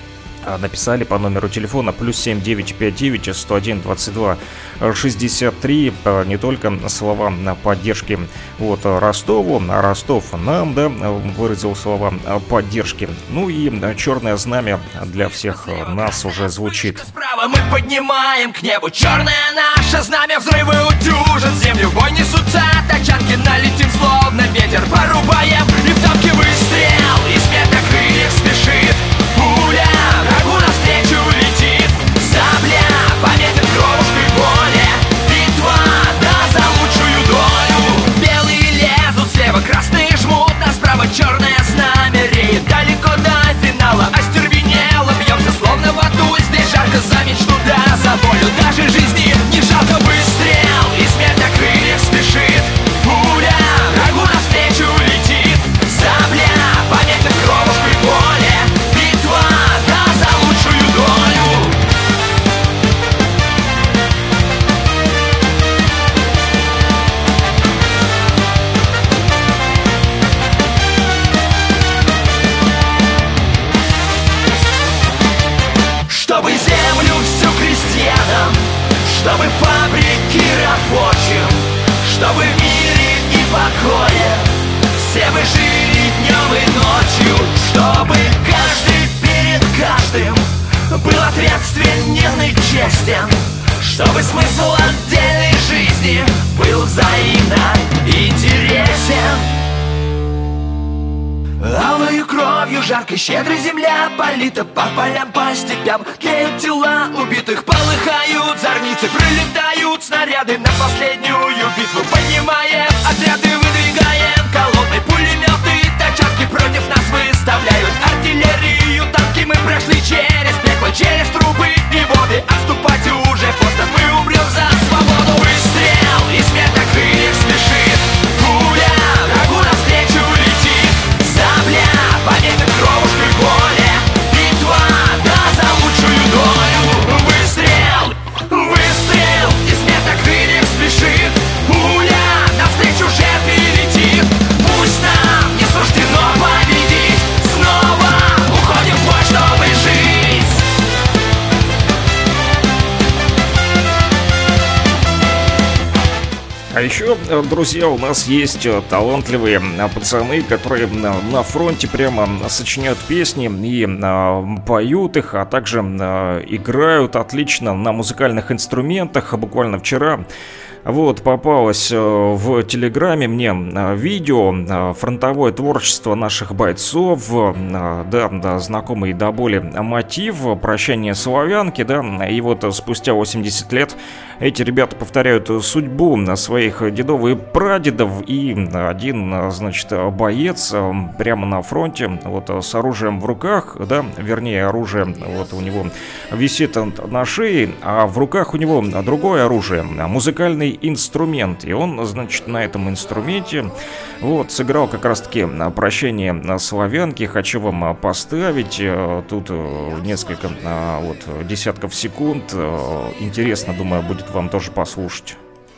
написали по номеру телефона плюс семь девятьсот пятьдесят девять сто один двадцать два шестьдесят три не только слова поддержки вот Ростову, а Ростов нам, да, выразил слова поддержки. Ну и черное знамя для всех нас уже звучит. Справа мы поднимаем к небу черное наше знамя, взрывы утюжат землю, в бой несутся тачанки, налетим словно ветер, порубаем, и в танке выстрел, и смерть на крыльях спешит. Пуля врагу навстречу летит, сабля пометит кровушкой боли, битва, да, за лучшую долю. Белые лезут слева, красные жмут, а справа черное знамя реет. Далеко до финала остервенело бьемся, словно в аду. Здесь жарко за мечту, да, за волю. Даже жизни не жалко, выстрел, и смерть на крыльях спешит. Пуля врагу навстречу летит, сабля пометит кровушкой боли, битва, да, за лучшую долю. Чтобы землю всю крестьянам, чтобы фабрики рабочим, чтобы в мире и покое все вы жили днем и ночью, чтобы каждый перед каждым был ответственен и честен, чтобы смысл отдельной жизни был взаимно интересен. Алою кровью жаркой щедрой земля полита, по полям, по степям тлеют тела убитых, полыхают зорницы, прилетают снаряды на последнюю битву. Поднимаем отряды, выдвигаем колонны, пулеметы, тачанки против нас выставляют артиллерию, танки. Мы прошли через пекло, через трубы и воды, отступать уже поздно, мы умрем за свободу. Выстрел, и смерть на крыльях спешит, пуля врагу навстречу летит, сабля пометит кровушкой боли, битва, да, за лучшую долю. Выстрел, выстрел, и смерть на крыльях спешит, пуля навстречу жертве летит. Пусть нам не суждено победить, снова уходим в бой, чтобы жить. А еще, друзья, у нас есть талантливые пацаны, которые на фронте прямо сочиняют песни и поют их, а также играют отлично на музыкальных инструментах. Буквально вчера Вот, попалось в Телеграме мне видео «Фронтовое творчество наших бойцов», да, да, знакомый до боли мотив «Прощание славянки», да, и вот спустя восемьдесят лет эти ребята повторяют судьбу своих дедов и прадедов, и один, значит, боец прямо на фронте, вот с оружием в руках, да, вернее, оружие вот у него висит на шее, а в руках у него другое оружие, музыкальный инструмент, и он, значит, на этом инструменте вот сыграл как раз-таки «Прощение славянки». Хочу вам поставить тут несколько вот десятков секунд, интересно, думаю, будет вам тоже послушать.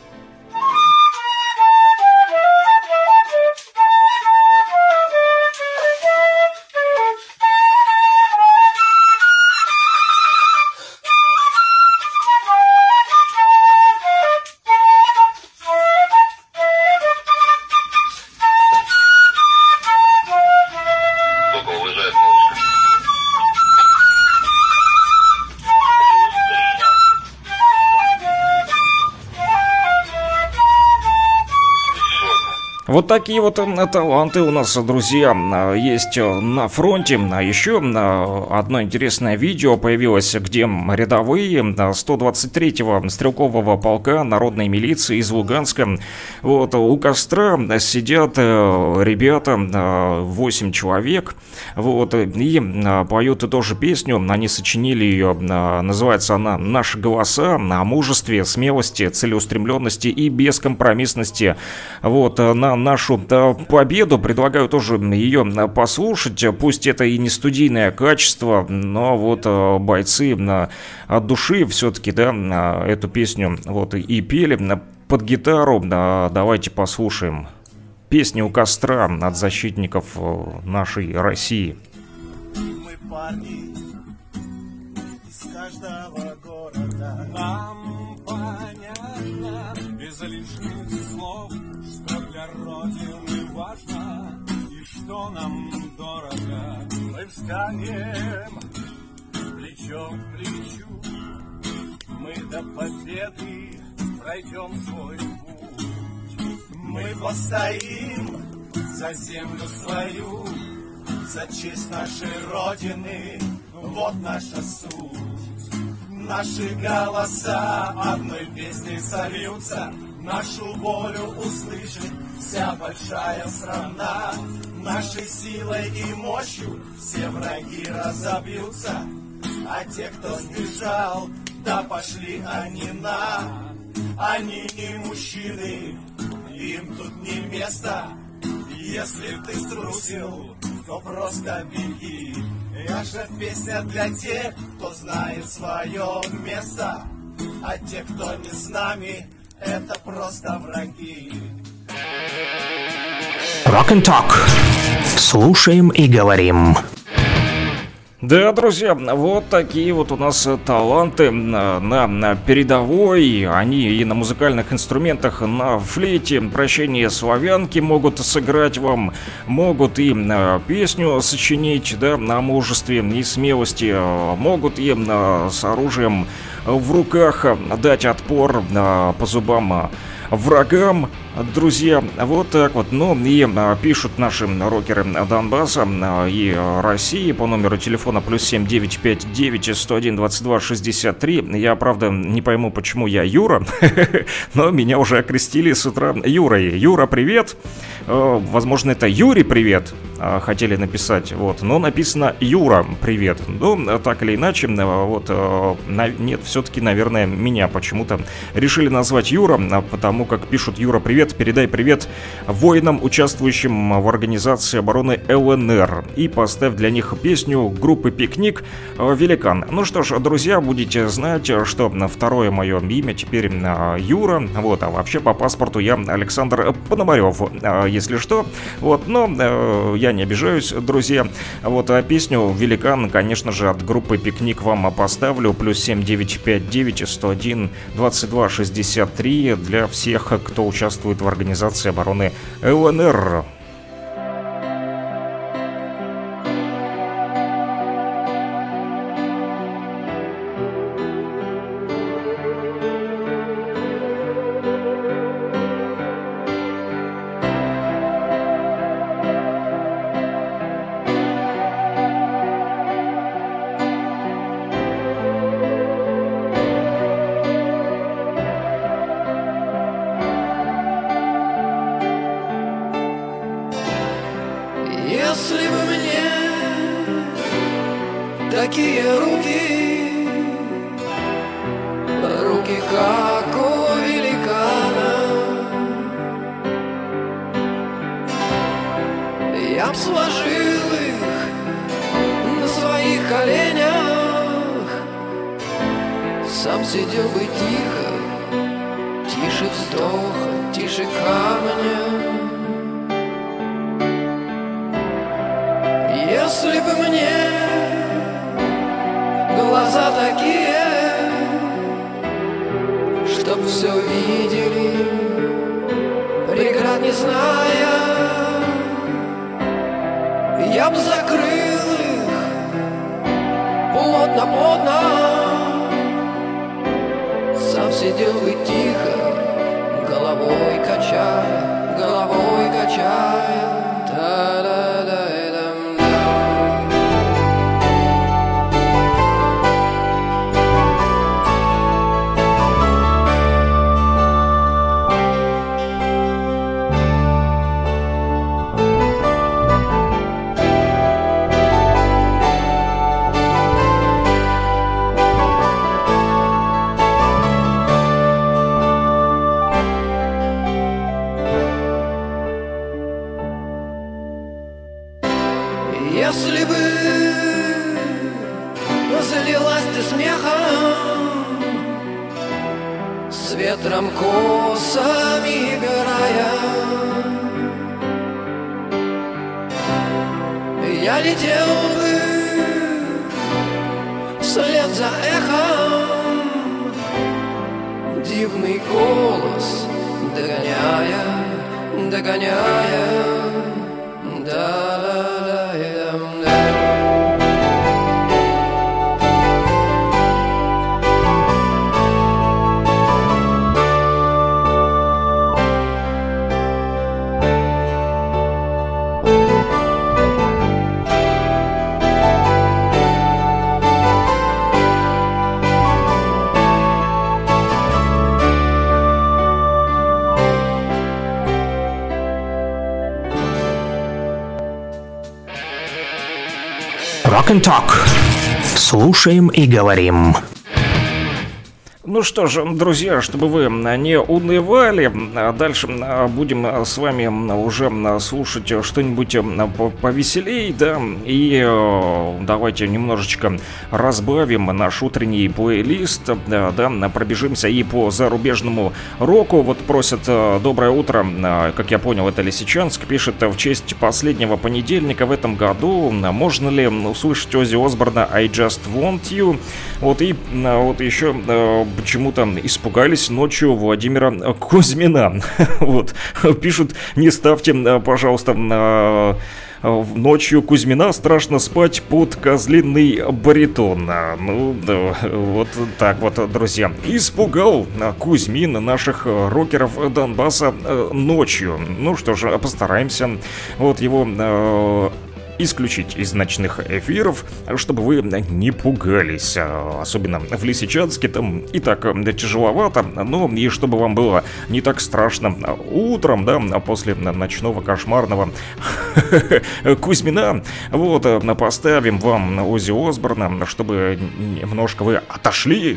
Вот такие вот таланты у нас, друзья, есть на фронте. А еще одно интересное видео появилось, где рядовые сто двадцать третьего стрелкового полка народной милиции из Луганска вот у костра сидят ребята, восемь человек, вот, и поют тоже песню. Они сочинили ее, называется она «Наши голоса», о мужестве, смелости, целеустремленности и бескомпромиссности. Вот, на нашу победу. Предлагаю тоже ее послушать. Пусть это и не студийное качество, но вот бойцы от души все-таки, да, эту песню вот и пели под гитару. Давайте послушаем. Песня у костра от защитников нашей России. Мы парни из каждого города. Нам понятно без лишних слов, что для Родины важно и что нам дорого. Мы встанем плечом к плечу, мы до победы пройдем свой путь. Мы постоим за землю свою, за честь нашей Родины, вот наша суть. Наши голоса одной песней сольются, нашу волю услышит вся большая страна. Нашей силой и мощью все враги разобьются, а те, кто сбежал, да пошли они на. Они не мужчины, им тут не место. Если ты струсил, то просто беги. Наша песня для тех, кто знает свое место, а те, кто не с нами, это просто враги. Rock and Talk. Слушаем и говорим. Да, друзья, вот такие вот у нас таланты на, на передовой. Они и на музыкальных инструментах, на флейте «Прощение славянки» могут сыграть вам, могут и песню сочинить, да, на мужестве и смелости, могут и с оружием в руках дать отпор по зубам врагам. Друзья, вот так вот. Ну и а, пишут наши рокеры Донбасса а, и России по номеру телефона плюс семь девять пять девять сто один двадцать два шестьдесят три. Я, правда, не пойму, почему я Юра, но меня уже окрестили с утра Юрой. Юра, привет. А, возможно, это Юрий, привет, а, хотели написать. Вот, но написано Юра, привет. Ну, так или иначе, вот, а, на, нет, все-таки, наверное, меня почему-то решили назвать Юра, а, потому как пишут: Юра, привет. Передай привет воинам, участвующим в организации обороны ЛНР, и поставь для них песню группы «Пикник» «Великан». Ну что ж, друзья, будете знать, что второе мое имя теперь Юра, вот, а вообще по паспорту я Александр Пономарев, если что, вот, но я не обижаюсь, друзья, вот, а песню «Великан», конечно же, от группы «Пикник» вам поставлю, плюс семь девять пять девять сто один двадцать два шестьдесят три для всех, кто участвует в организации обороны ЛНР. Если бы мне такие руки, руки как у великана, я б сложил их на своих коленях, сам сидел бы тихо, тише вздоха, тише камня. Если бы мне глаза такие, чтоб все видели, преград не зная, я б закрыл их плотно-плотно, сам сидел бы тихо, головой качая, головой качая. Та-да-да-дам. Если бы залилась ты смехом, с ветром косами играя, я летел бы вслед за эхом, дивный голос догоняя, догоняя, да-да-да. Rock and Talk. Слушаем и говорим. Ну что ж, друзья, чтобы вы не унывали, дальше будем с вами уже слушать что-нибудь повеселей, да, и давайте немножечко разбавим наш утренний плейлист, да, да, пробежимся и по зарубежному року. Вот просят: доброе утро, как я понял, это Лисичанск, пишет: в честь последнего понедельника в этом году можно ли услышать Оззи Осборна «I Just Want You». Вот и вот еще почему-то испугались ночью Владимира Кузьмина. Вот, пишут: не ставьте, пожалуйста, ночью Кузьмина, страшно спать под козлиный баритон. Ну, да, вот так вот, друзья. Испугал Кузьмин наших рокеров Донбасса ночью. Ну что ж, постараемся вот его исключить из ночных эфиров, чтобы вы не пугались. Особенно в Лисичанске там и так тяжеловато, но и чтобы вам было не так страшно утром, да, после ночного кошмарного Кузьмина. Вот, поставим вам Оззи Осборна, чтобы немножко вы отошли.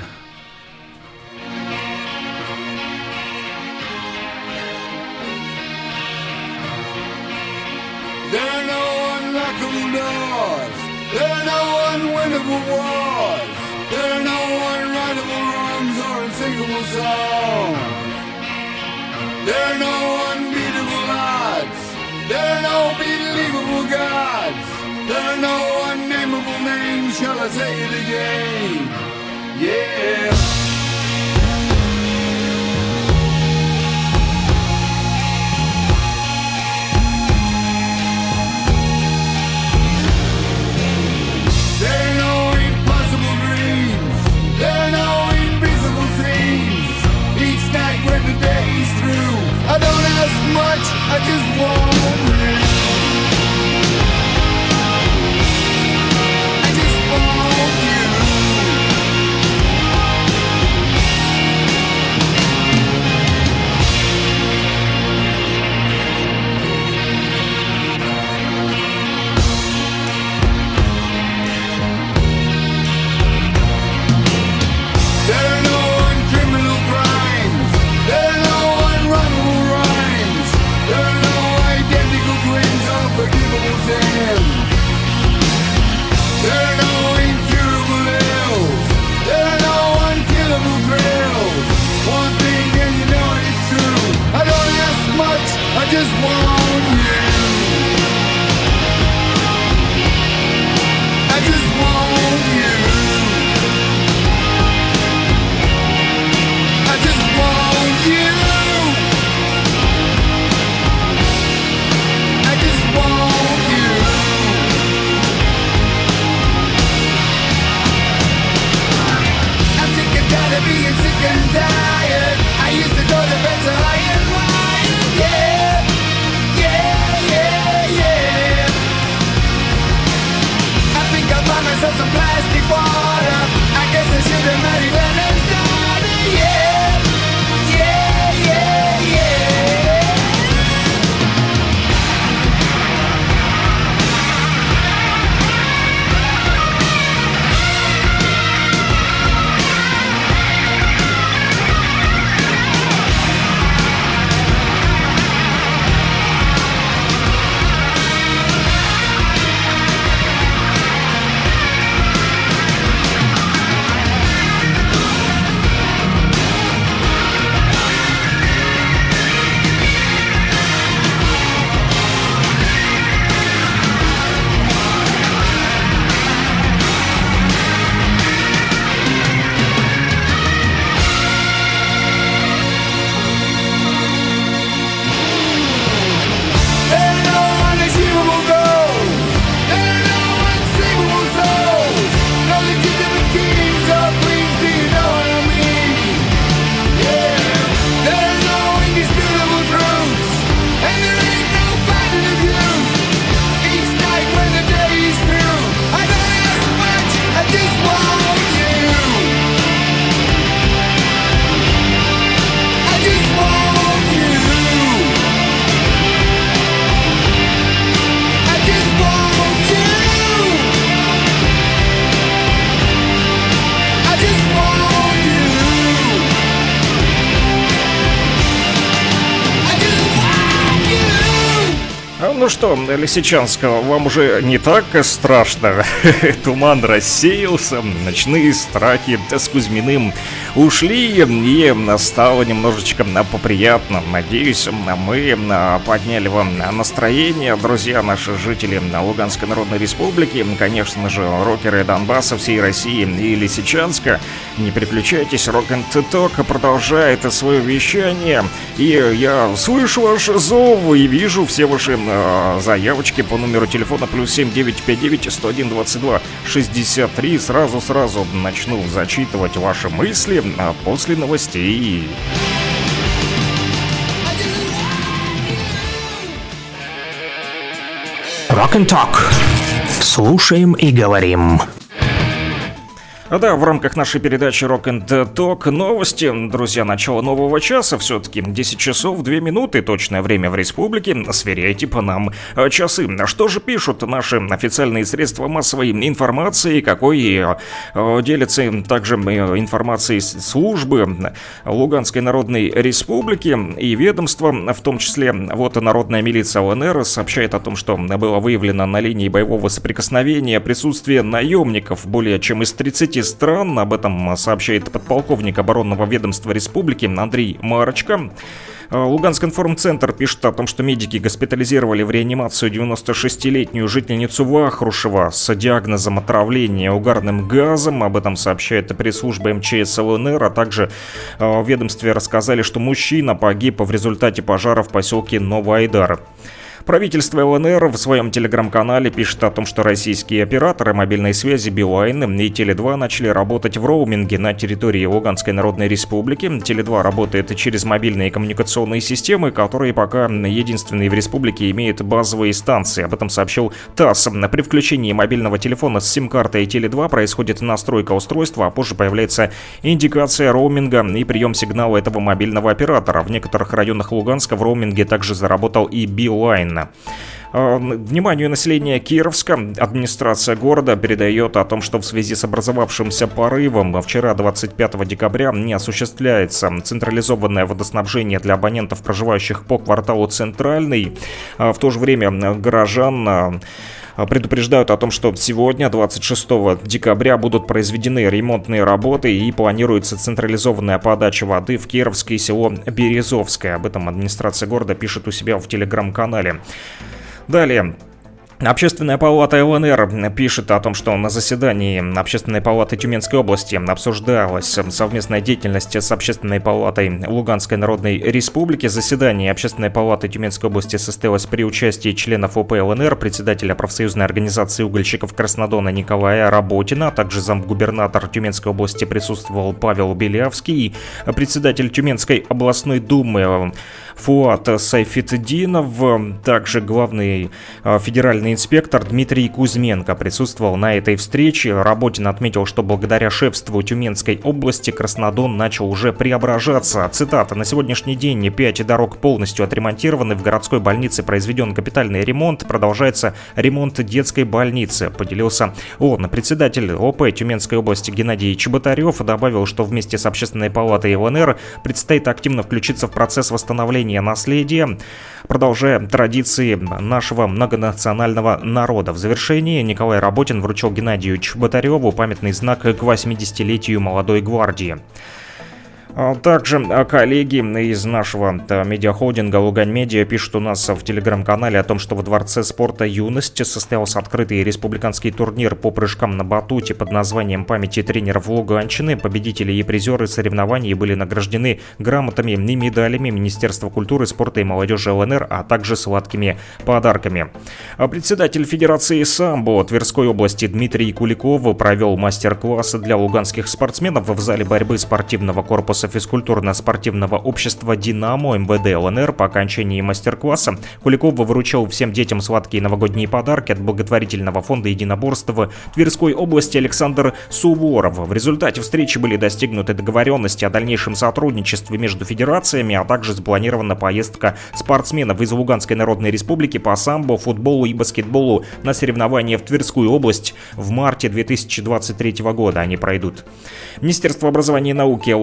Wars. There are no unwritable wrongs or unsinkable songs. There are no unbeatable odds. There are no believable gods. There are no unnameable names. Shall I say it again? Yeah. I don't ask much, I just want you. I just want you. Ну что, Лисичанск, вам уже не так страшно? Туман рассеялся, ночные страхи с Кузьминым ушли, и стало немножечко поприятно. Надеюсь, мы подняли вам настроение, друзья, наши жители Луганской Народной Республики, конечно же, рокеры Донбасса, всей России и Лисичанска. Не переключайтесь, Rock and Talk продолжает свое вещание, и я слышу ваш зов и вижу все ваши заявочки по номеру телефона плюс семь девятьсот пятьдесят девять сто один двадцать два шестьдесят три. Сразу-сразу начну зачитывать ваши мысли после новостей. Rock and Talk. Слушаем и говорим. А да, в рамках нашей передачи Rock and Talk новости, друзья, начало нового часа, все-таки десять часов две минуты, точное время в республике, сверяйте по нам часы. Что же пишут наши официальные средства массовой информации, какой э, делятся также информацией службы Луганской Народной Республики и ведомства, в том числе вот Народная милиция ЛНР сообщает о том, что было выявлено на линии боевого соприкосновения присутствие наемников более чем из тридцати стран. Об этом сообщает подполковник оборонного ведомства республики Андрей Марочка. Луганский информцентр пишет о том, что медики госпитализировали в реанимацию девяносто шестилетнюю жительницу Вахрушева с диагнозом отравления угарным газом. Об этом сообщает пресс-служба эм че эс ЛНР, а также в ведомстве рассказали, что мужчина погиб в результате пожара в поселке Новоайдар. Правительство ЛНР в своем телеграм-канале пишет о том, что российские операторы мобильной связи Билайн и Теле два начали работать в роуминге на территории Луганской Народной Республики. Теле два работает через мобильные коммуникационные системы, которые пока единственные в республике имеют базовые станции. Об этом сообщил ТАСС. При включении мобильного телефона с сим-картой Теле два происходит настройка устройства, а позже появляется индикация роуминга и прием сигнала этого мобильного оператора. В некоторых районах Луганска в роуминге также заработал и Билайн. Вниманию населения Кировска администрация города передает о том, что в связи с образовавшимся порывом вчера, двадцать пятого декабря, не осуществляется централизованное водоснабжение для абонентов, проживающих по кварталу Центральный. В то же время горожан предупреждают о том, что сегодня, двадцать шестого декабря, будут произведены ремонтные работы и планируется централизованная подача воды в Кировское село Березовское. Об этом администрация города пишет у себя в телеграм-канале. Далее. Общественная палата ЛНР пишет о том, что на заседании Общественной палаты Тюменской области обсуждалась совместная деятельность с Общественной палатой Луганской Народной Республики. Заседание Общественной палаты Тюменской области состоялось при участии членов ОП ЛНР, председателя профсоюзной организации угольщиков Краснодона Николая Работина, а также замгубернатор Тюменской области присутствовал Павел Белявский, председатель Тюменской областной думы Фуат Сайфетдинов, также главный федеральный инспектор Дмитрий Кузьменко присутствовал на этой встрече. Работин отметил, что благодаря шефству Тюменской области Краснодон начал уже преображаться. Цитата: «На сегодняшний день пять дорог полностью отремонтированы, в городской больнице произведен капитальный ремонт, продолжается ремонт детской больницы», поделился он. Председатель ОП Тюменской области Геннадий Чеботарев добавил, что вместе с Общественной палатой ЛНР предстоит активно включиться в процесс восстановления наследия, продолжая традиции нашего многонационального народа. В завершении Николай Работин вручил Геннадию Чеботареву памятный знак к восьмидесятилетию молодой гвардии. Также коллеги из нашего медиахолдинга Лугань Медиа пишут у нас в телеграм-канале о том, что во Дворце спорта «Юность» состоялся открытый республиканский турнир по прыжкам на батуте под названием «Памяти тренеров Луганщины». Победители и призеры соревнований были награждены грамотами и медалями Министерства культуры, спорта и молодежи ЛНР, а также сладкими подарками. Председатель Федерации самбо Тверской области Дмитрий Куликов провел мастер-класс для луганских спортсменов в зале борьбы спортивного корпуса физкультурно-спортивного общества «Динамо» эм вэ дэ ЛНР. По окончании мастер-класса Куликов вручил всем детям сладкие новогодние подарки от благотворительного фонда единоборства Тверской области Александр Суворов. В результате встречи были достигнуты договоренности о дальнейшем сотрудничестве между федерациями, а также запланирована поездка спортсменов из Луганской Народной Республики по самбо, футболу и баскетболу на соревнования в Тверскую область в марте две тысячи двадцать третьего года. Они пройдут. Министерство образования и науки ЛНР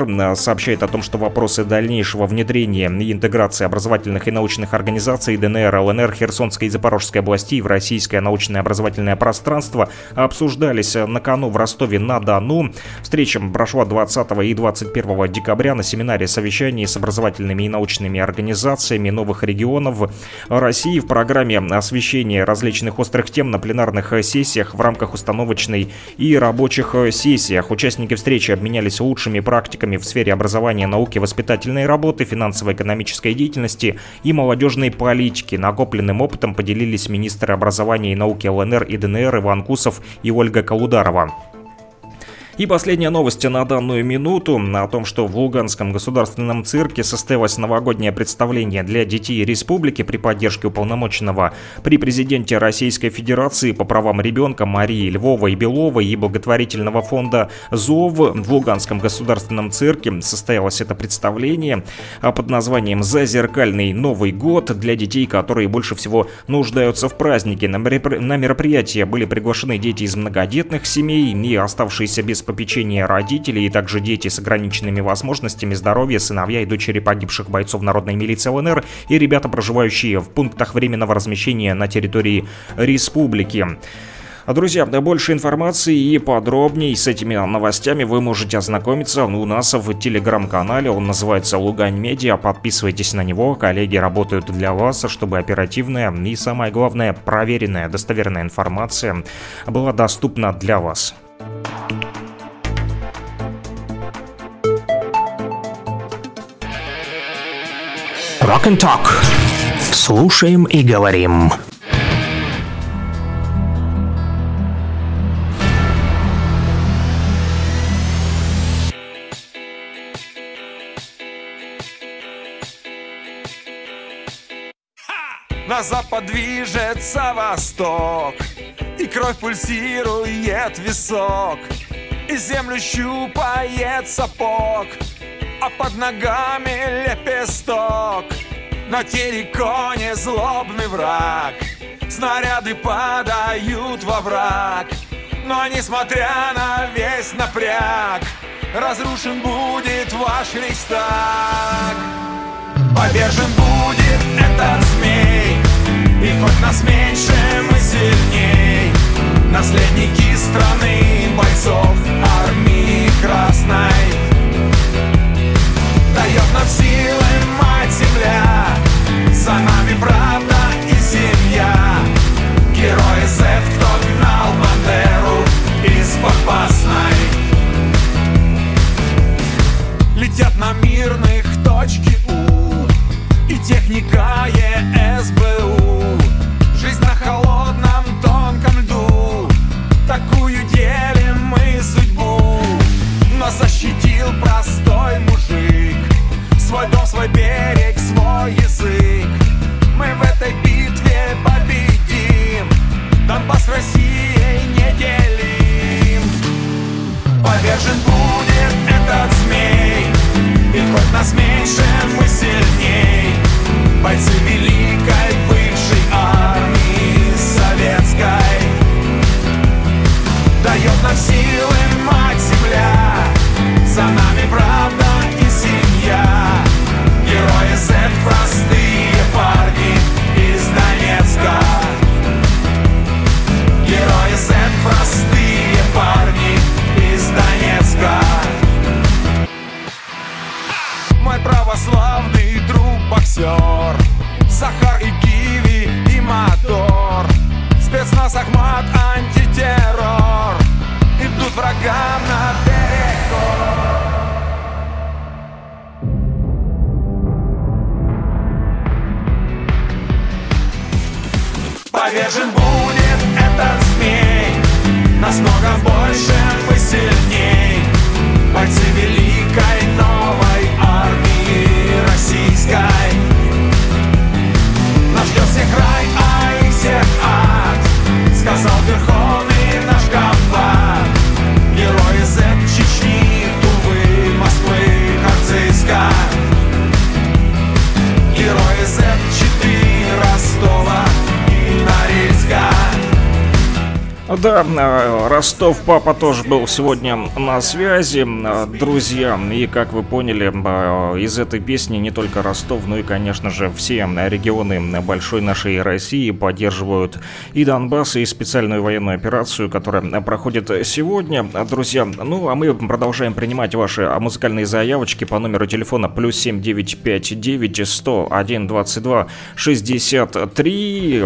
сообщает о том, что вопросы дальнейшего внедрения и интеграции образовательных и научных организаций ДНР, ЛНР, Херсонской и Запорожской областей в российское научное образовательное пространство обсуждались на кону в Ростове-на-Дону. Встреча прошла двадцатого и двадцать первого декабря на семинаре совещании с образовательными и научными организациями новых регионов России в программе освещения различных острых тем на пленарных сессиях в рамках установочной и рабочих сессиях. Участники встречи обменялись лучшими практиками в сфере образования, науки, воспитательной работы, финансово-экономической деятельности и молодежной политики. Накопленным опытом поделились министры образования и науки ЛНР и ДНР Иван Кусов и Ольга Колударова. И последняя новость на данную минуту о том, что в Луганском государственном цирке состоялось новогоднее представление для детей республики при поддержке уполномоченного при президенте Российской Федерации по правам ребенка Марии Львовой Беловой и благотворительного фонда ЗОВ. В Луганском государственном цирке состоялось это представление под названием «Зазеркальный Новый год» для детей, которые больше всего нуждаются в празднике. На мероприятие были приглашены дети из многодетных семей и оставшиеся без попечения родителей, и также дети с ограниченными возможностями здоровья, сыновья и дочери погибших бойцов народной милиции ЛНР и ребята, проживающие в пунктах временного размещения на территории республики. Друзья, больше информации и подробней с этими новостями вы можете ознакомиться у нас в телеграм-канале. Он называется Лугань Медиа. Подписывайтесь на него. Коллеги работают для вас, чтобы оперативная и, самое главное, проверенная, достоверная информация была доступна для вас. Rock and Talk. Слушаем и говорим. На запад движется восток, и кровь пульсирует в висок, и землю щупает сапог, а под ногами лепесток. На терриконе злобный враг, снаряды падают во враг. Но несмотря на весь напряг, разрушен будет ваш рейхстаг. Повержен будет этот змей, и хоть нас меньше, мы сильней. Наследники страны бойцов армии красной. Дает нам силы мать земля, за нами правда и семья. Герои зет, кто гнал Бандеру из Попасной. Летят на мирных точки У, и техника ЕСБУ. Жизнь на холодном тонком льду, такую делим мы судьбу. Нас защитил простой мужик, свой дом, свой берег, свой язык. Мы в этой битве победим, Донбасс Россией не делим. Повержен будет этот змей, и хоть нас меньше, мы сильней. Бойцы великой бывшей армии советской. Дает нам силы мать земля, за нами правда и семья. Герои зет, простые парни из Донецка. Герои зет, простые парни из Донецка. Мой православный друг-боксер, Захар и Киви и мотор. Спецназ Ахмат, антитеррор, идут врагам на перекор. Повержен будет этот змей, нас много больше, мы сильней. Бойцы великой новой армии российской. Нас ждет всех рай, а и всех ад, сказал верховный наш комбат. Герои зет, Чечни, Тувы, Москвы, Харциска. Герои зет четыре, Ростова и Норильска. Да, Ростов папа тоже был сегодня на связи, друзья. И как вы поняли, из этой песни не только Ростов, но и, конечно же, все регионы большой нашей России поддерживают и Донбасс, и специальную военную операцию, которая проходит сегодня, друзья. Ну, а мы продолжаем принимать ваши музыкальные заявочки по номеру телефона плюс семь девять пять девять сто один двадцать два шестьдесят три.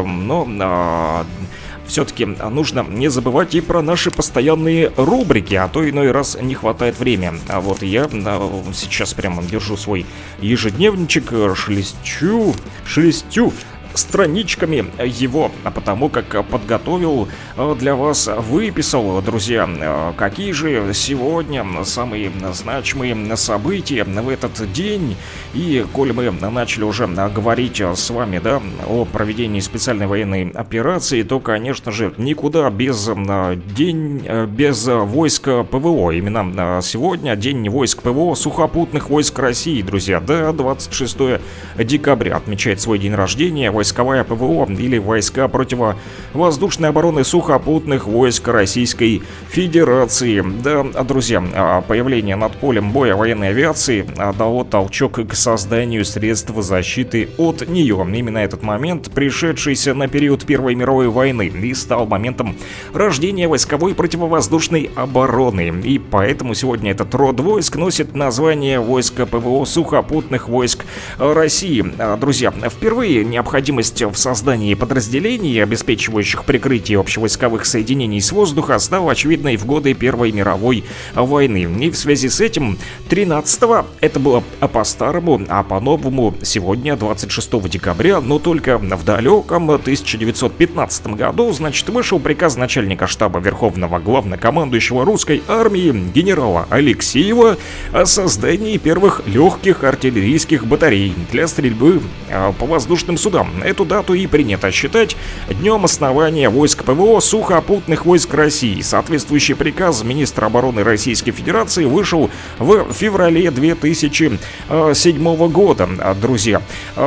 Но... все-таки нужно не забывать и про наши постоянные рубрики, а то иной раз не хватает времени. А вот я сейчас прямо держу свой ежедневничек, шелестю, шелестю страничками его, а потому как подготовил для вас, выписал, друзья, какие же сегодня самые значимые события в этот день. И коль мы начали уже говорить с вами, да, о проведении специальной военной операции, то, конечно же, никуда без день, без войск ПВО. Именно сегодня день войск ПВО сухопутных войск России, друзья. Да, двадцать шестого декабря отмечает свой день рождения войсковая ПВО или войска противовоздушной обороны сухопутных войск Российской Федерации. Да, друзья, появление над полем боя военной авиации дало толчок к созданию средств защиты от нее. Именно этот момент, пришедшийся на период Первой мировой войны, и стал моментом рождения войсковой противовоздушной обороны. И поэтому сегодня этот род войск носит название войска ПВО сухопутных войск России. Друзья, впервые необходимость в создании подразделений, обеспечивающих прикрытие общевойсковых соединений с воздуха, стала очевидной в годы Первой мировой войны. И в связи с этим тринадцатого, это было по-старому, а по-новому сегодня, двадцать шестого декабря, но только в далеком тысяча девятьсот пятнадцатом году, значит, вышел приказ начальника штаба Верховного Главнокомандующего русской армии генерала Алексеева о создании первых легких артиллерийских батарей для стрельбы по воздушным судам. Эту дату и принято считать днем основания войск ПВО сухопутных войск России. Соответствующий приказ министра обороны Российской Федерации вышел в феврале две тысячи седьмого года, друзья.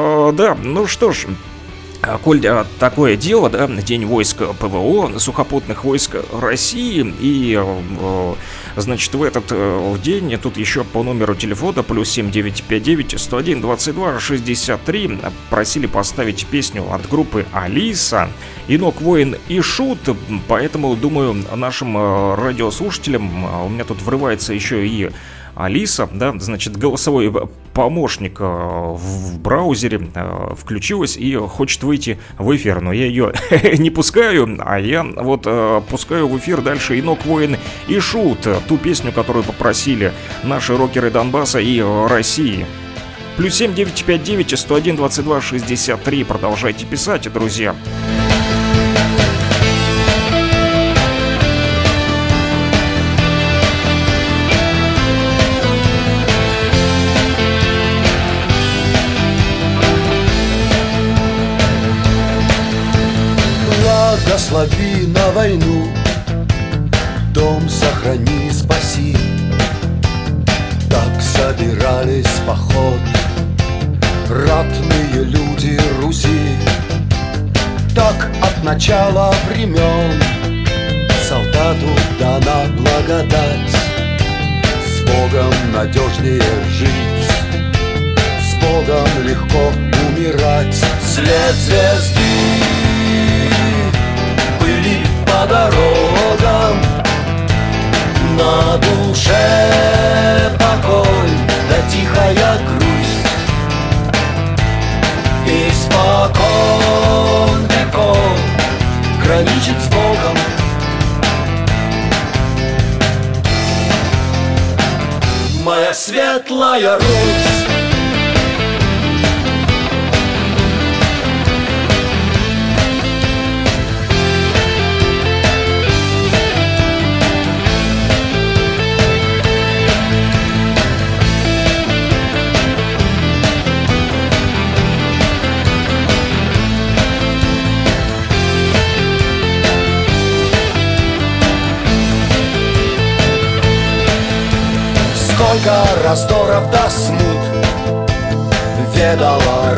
Да, ну что ж, коль такое дело, да, День войск ПВО сухопутных войск России, и значит, в этот день тут еще по номеру телефона плюс семь девять пять девять сто один двадцать два шестьдесят три просили поставить песню от группы Алиса «Инок, воин и шут», поэтому, думаю, нашим радиослушателям, у меня тут врывается еще и Алиса, да, значит, голосовой помощник в браузере включилась и хочет выйти в эфир, но я ее не пускаю, а я вот пускаю в эфир дальше «Инок, воин и шут», ту песню, которую попросили наши рокеры Донбасса и России. Плюс семь девять пять девять сто один двадцать два шестьдесят три, продолжайте писать, друзья. Благослови на войну, дом сохрани, спаси. Так собирались в поход ратные люди Руси. Так от начала времен солдату дана благодать. С Богом надежнее жить, с Богом легко умирать. След звезды пыли по дорогам, на душе покой, да тихая грусть. Испокон веков граничит с Богом. Моя светлая Русь. Сколько раздоров да смут ведала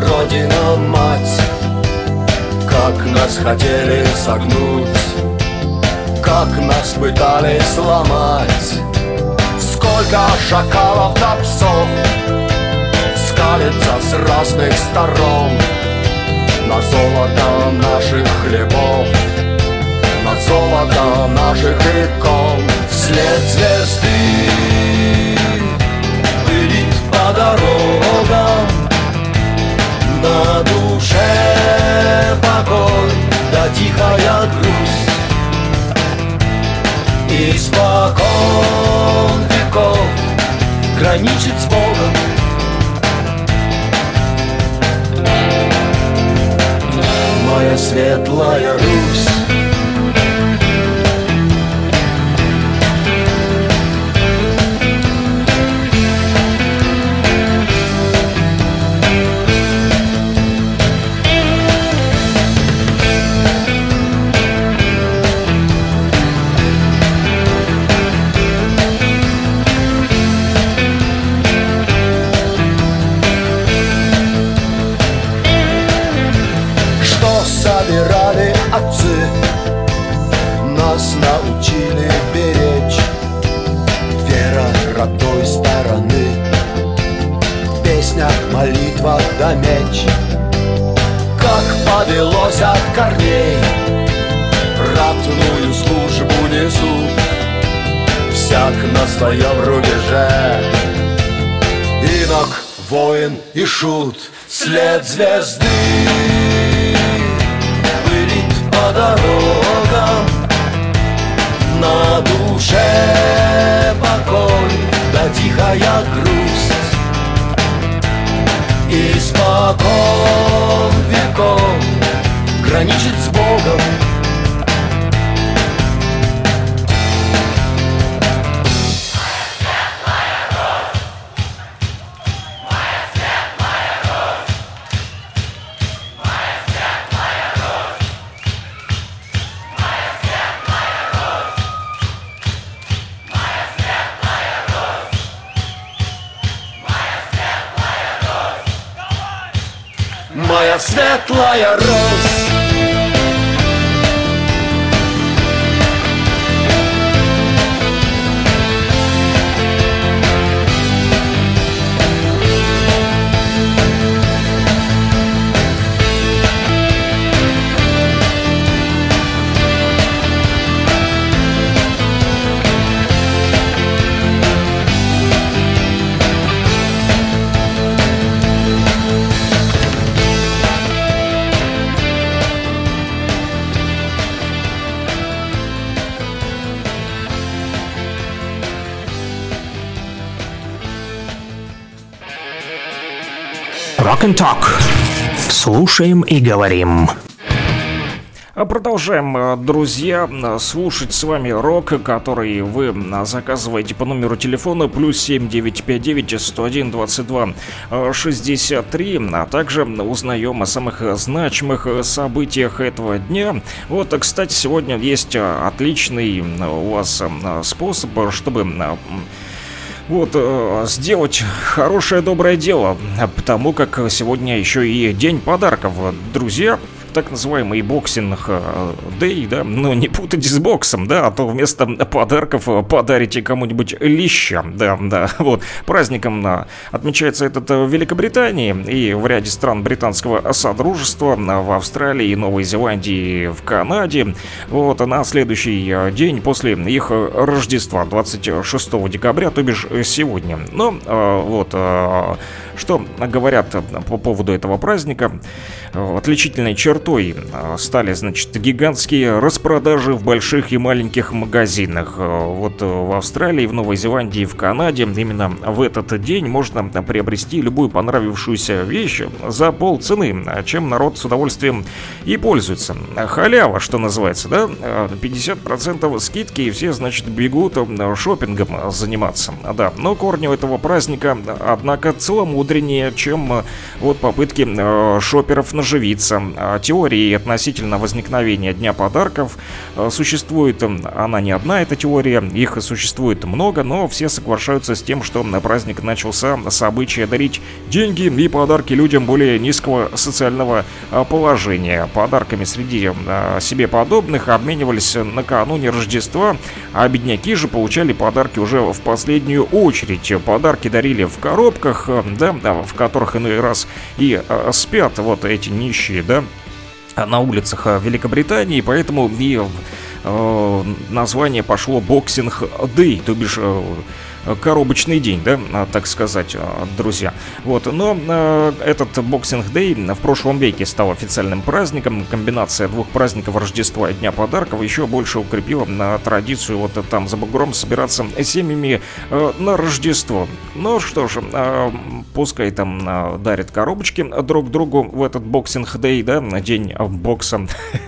Родина-мать, как нас хотели согнуть как нас пытались сломать. Сколько шакалов да псов скалится с разных сторон на золото наших хлебов, на золото наших икон. Вслед звезды пылит по дорогам, на душе покой да тихая грусть. Испокон веков граничит с Богом моя светлая Русь. Собирали отцы, нас научили беречь. Вера родной стороны, песня, молитва да меч. Как повелось от корней, ратную службу несут, всяк на своем рубеже. Инок, воин и шут, след звезды по дорогам, на душе покой да тихая грусть. Испокон веков граничит с Богом моя светлая Русь. Rock and Talk. Слушаем и говорим. Продолжаем, друзья, слушать с вами рок, который вы заказываете по номеру телефона плюс семь девятьсот пятьдесят девять сто один двадцать два шестьдесят три, а также узнаем о самых значимых событиях этого дня. Вот, кстати, сегодня есть отличный у вас способ, чтобы вот сделать хорошее доброе дело, потому как сегодня еще и день подарков, друзья. Так называемый боксинг дэй, да, но не путайте с боксом, да, а то вместо подарков подарите кому-нибудь леща, да, да, вот. Праздником отмечается этот в Великобритании и в ряде стран британского содружества, в Австралии и Новой Зеландии, в Канаде, вот, на следующий день после их Рождества, двадцать шестого декабря, то бишь сегодня. Но, вот, что говорят по поводу этого праздника, отличительной чертой стали, значит, гигантские распродажи в больших и маленьких магазинах. Вот в Австралии, в Новой Зеландии, в Канаде именно в этот день можно приобрести любую понравившуюся вещь за полцены, чем народ с удовольствием и пользуется. Халява, что называется, да? пятьдесят процентов скидки, и все, значит, бегут шопингом заниматься. Да, но корни у этого праздника, однако, целомудренные мудренее, чем вот попытки шоперов наживиться. Теории относительно возникновения Дня подарков существует, она не одна, эта теория, их существует много, но все соглашаются с тем, что праздник начался с обычая дарить деньги и подарки людям более низкого социального положения. Подарками среди себе подобных обменивались накануне Рождества, а бедняки же получали подарки уже в последнюю очередь. Подарки дарили в коробках, да, в которых иной раз и спят вот эти нищие, да, на улицах Великобритании, поэтому и э, название пошло Boxing Day, то бишь э, коробочный день, да, так сказать, друзья. Вот, но э, этот Boxing Day в прошлом веке стал официальным праздником. Комбинация двух праздников Рождества и Дня подарков еще больше укрепила на традицию вот там за бугром собираться семьями э, на Рождество. Ну что ж, э, пускай там э, дарят коробочки друг другу в этот Boxing Day, да, день бокса.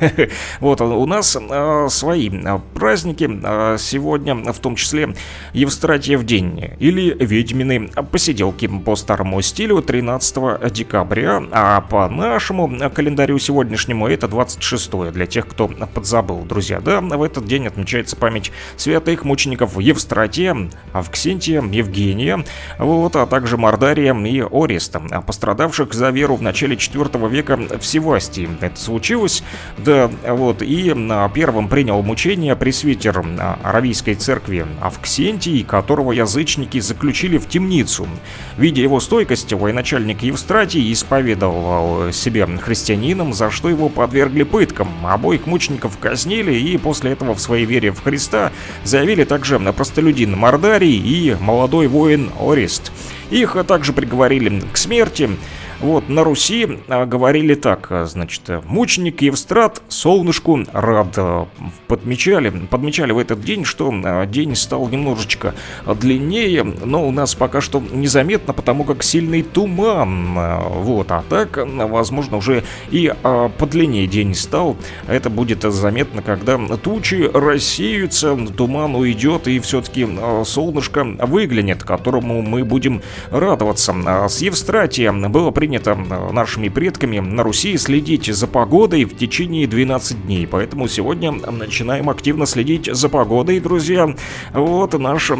Вот у нас э, свои праздники э, сегодня, в том числе Евстратиев день или ведьмины посиделки по старому стилю тринадцатого декабря, а по нашему календарю сегодняшнему это двадцать шестое, для тех, кто подзабыл, друзья. Да, в этот день отмечается память святых мучеников Евстратия, Авксентия, Евгения, вот, а также Мордария и Ореста, пострадавших за веру в начале четвёртого века в Севастии. Это случилось, да, вот, и первым принял мучение пресвитер Аравийской церкви Авксентий, которого язычники заключили в темницу. Видя его стойкость, военачальник Евстратий исповедовал себя христианином, за что его подвергли пыткам. Обоих мучеников казнили, и после этого в своей вере в Христа заявили также простолюдин Мордарий и молодой воин Орест. Их также приговорили к смерти. Вот, на Руси а, говорили так, значит, мученик Евстрат солнышку рад. Подмечали, подмечали в этот день, что а, день стал немножечко длиннее, но у нас пока что незаметно, потому как сильный туман. Вот, а так, возможно, уже и а, подлиннее день стал. Это будет заметно, когда тучи рассеются, туман уйдет, и все-таки а, солнышко выглянет, которому мы будем радоваться. А с Евстратия было принято нашими предками на Руси следить за погодой в течение двенадцати дней. Поэтому сегодня начинаем активно следить за погодой, друзья. Вот наш,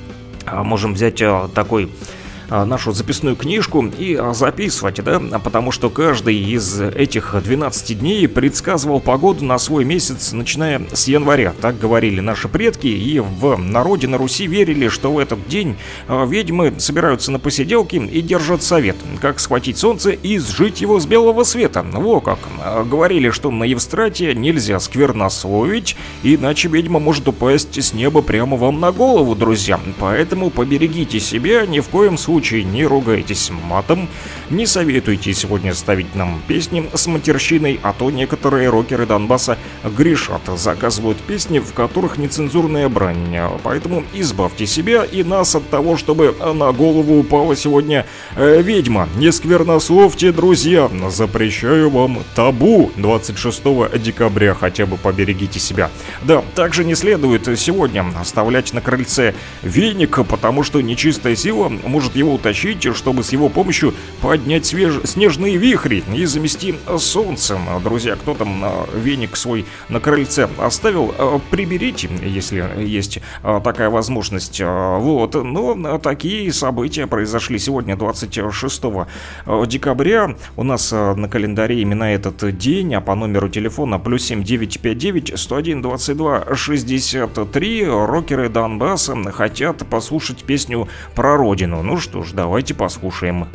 можем взять такой нашу записную книжку и записывать, да, потому что каждый из этих двенадцати дней предсказывал погоду на свой месяц, начиная с января. Так говорили наши предки, и в народе на Руси верили, что в этот день ведьмы собираются на посиделки и держат совет, как схватить солнце и сжить его с белого света. Во как! Говорили, что на Евстратия нельзя сквернословить, иначе ведьма может упасть с неба прямо вам на голову, друзья. Поэтому поберегите себя, ни в коем случае не ругайтесь матом, не советуйте сегодня ставить нам песни с матерщиной, а то некоторые рокеры Донбасса грешат, заказывают песни, в которых нецензурная брань. Поэтому избавьте себя и нас от того, чтобы на голову упала сегодня э, ведьма. Не сквернословьте, друзья, запрещаю вам табу. Двадцать шестого декабря хотя бы поберегите себя. Да, также не следует сегодня оставлять на крыльце веник, потому что нечистая сила может его утащить, чтобы с его помощью поднять свеж... снежные вихри и замести солнцем. Друзья, кто там веник свой на крыльце оставил, приберите, если есть такая возможность. Вот, но такие события произошли сегодня, двадцать шестого декабря. У нас на календаре именно этот день, а по номеру телефона плюс семь девятьсот пятьдесят девять сто один двадцать два шестьдесят три рокеры Донбасса хотят послушать песню про родину. Ну что ж, давайте послушаем.